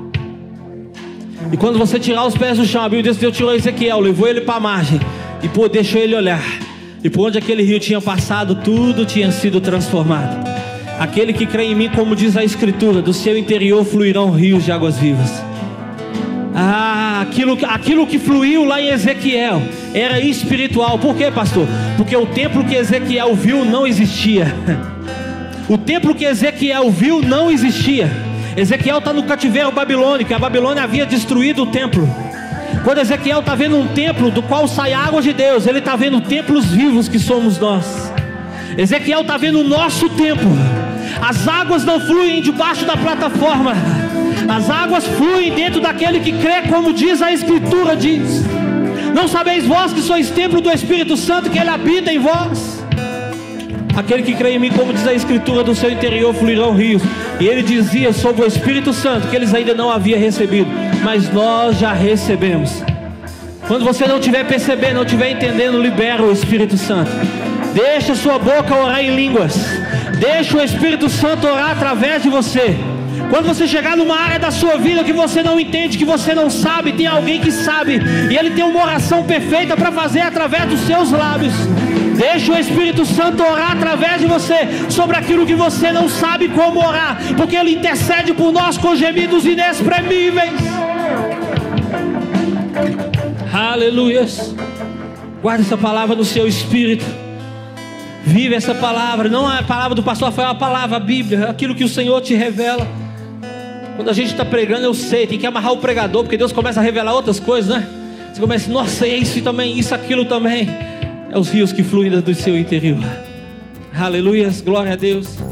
E quando você tirar os pés do chão, a Bíblia diz que Deus tirou Ezequiel, levou ele para a margem e pô, deixou ele olhar. E por onde aquele rio tinha passado, tudo tinha sido transformado. Aquele que crê em mim, como diz a Escritura, do seu interior fluirão rios de águas vivas. Ah, aquilo, aquilo que fluiu lá em Ezequiel era espiritual. Por quê, pastor? Porque o templo que Ezequiel viu não existia. O templo que Ezequiel viu não existia. Ezequiel está no cativeiro babilônico. A Babilônia havia destruído o templo. Quando Ezequiel está vendo um templo do qual sai água de Deus, ele está vendo templos vivos que somos nós. Ezequiel está vendo o nosso templo. As águas não fluem debaixo da plataforma, as águas fluem dentro daquele que crê, como diz a Escritura, diz: não sabeis vós que sois templo do Espírito Santo, que Ele habita em vós? Aquele que crê em mim, como diz a Escritura, do seu interior fluirão rios. E ele dizia sobre o Espírito Santo que eles ainda não haviam recebido, mas nós já recebemos. Quando você não estiver percebendo, não estiver entendendo, libera o Espírito Santo. Deixa sua boca orar em línguas. Deixa o Espírito Santo orar através de você. Quando você chegar numa área da sua vida que você não entende, que você não sabe, tem alguém que sabe, e ele tem uma oração perfeita para fazer através dos seus lábios. Deixa o Espírito Santo orar através de você sobre aquilo que você não sabe como orar, porque Ele intercede por nós com gemidos inexprimíveis. Aleluia. Guarde essa palavra no seu espírito. Vive essa palavra. Não é a palavra do pastor Rafael, é a palavra, a Bíblia, aquilo que o Senhor te revela. Quando a gente está pregando, eu sei, tem que amarrar o pregador, porque Deus começa a revelar outras coisas, né? Você começa, nossa, é isso também, isso, aquilo também. É os rios que fluem do seu interior. Aleluia, glória a Deus.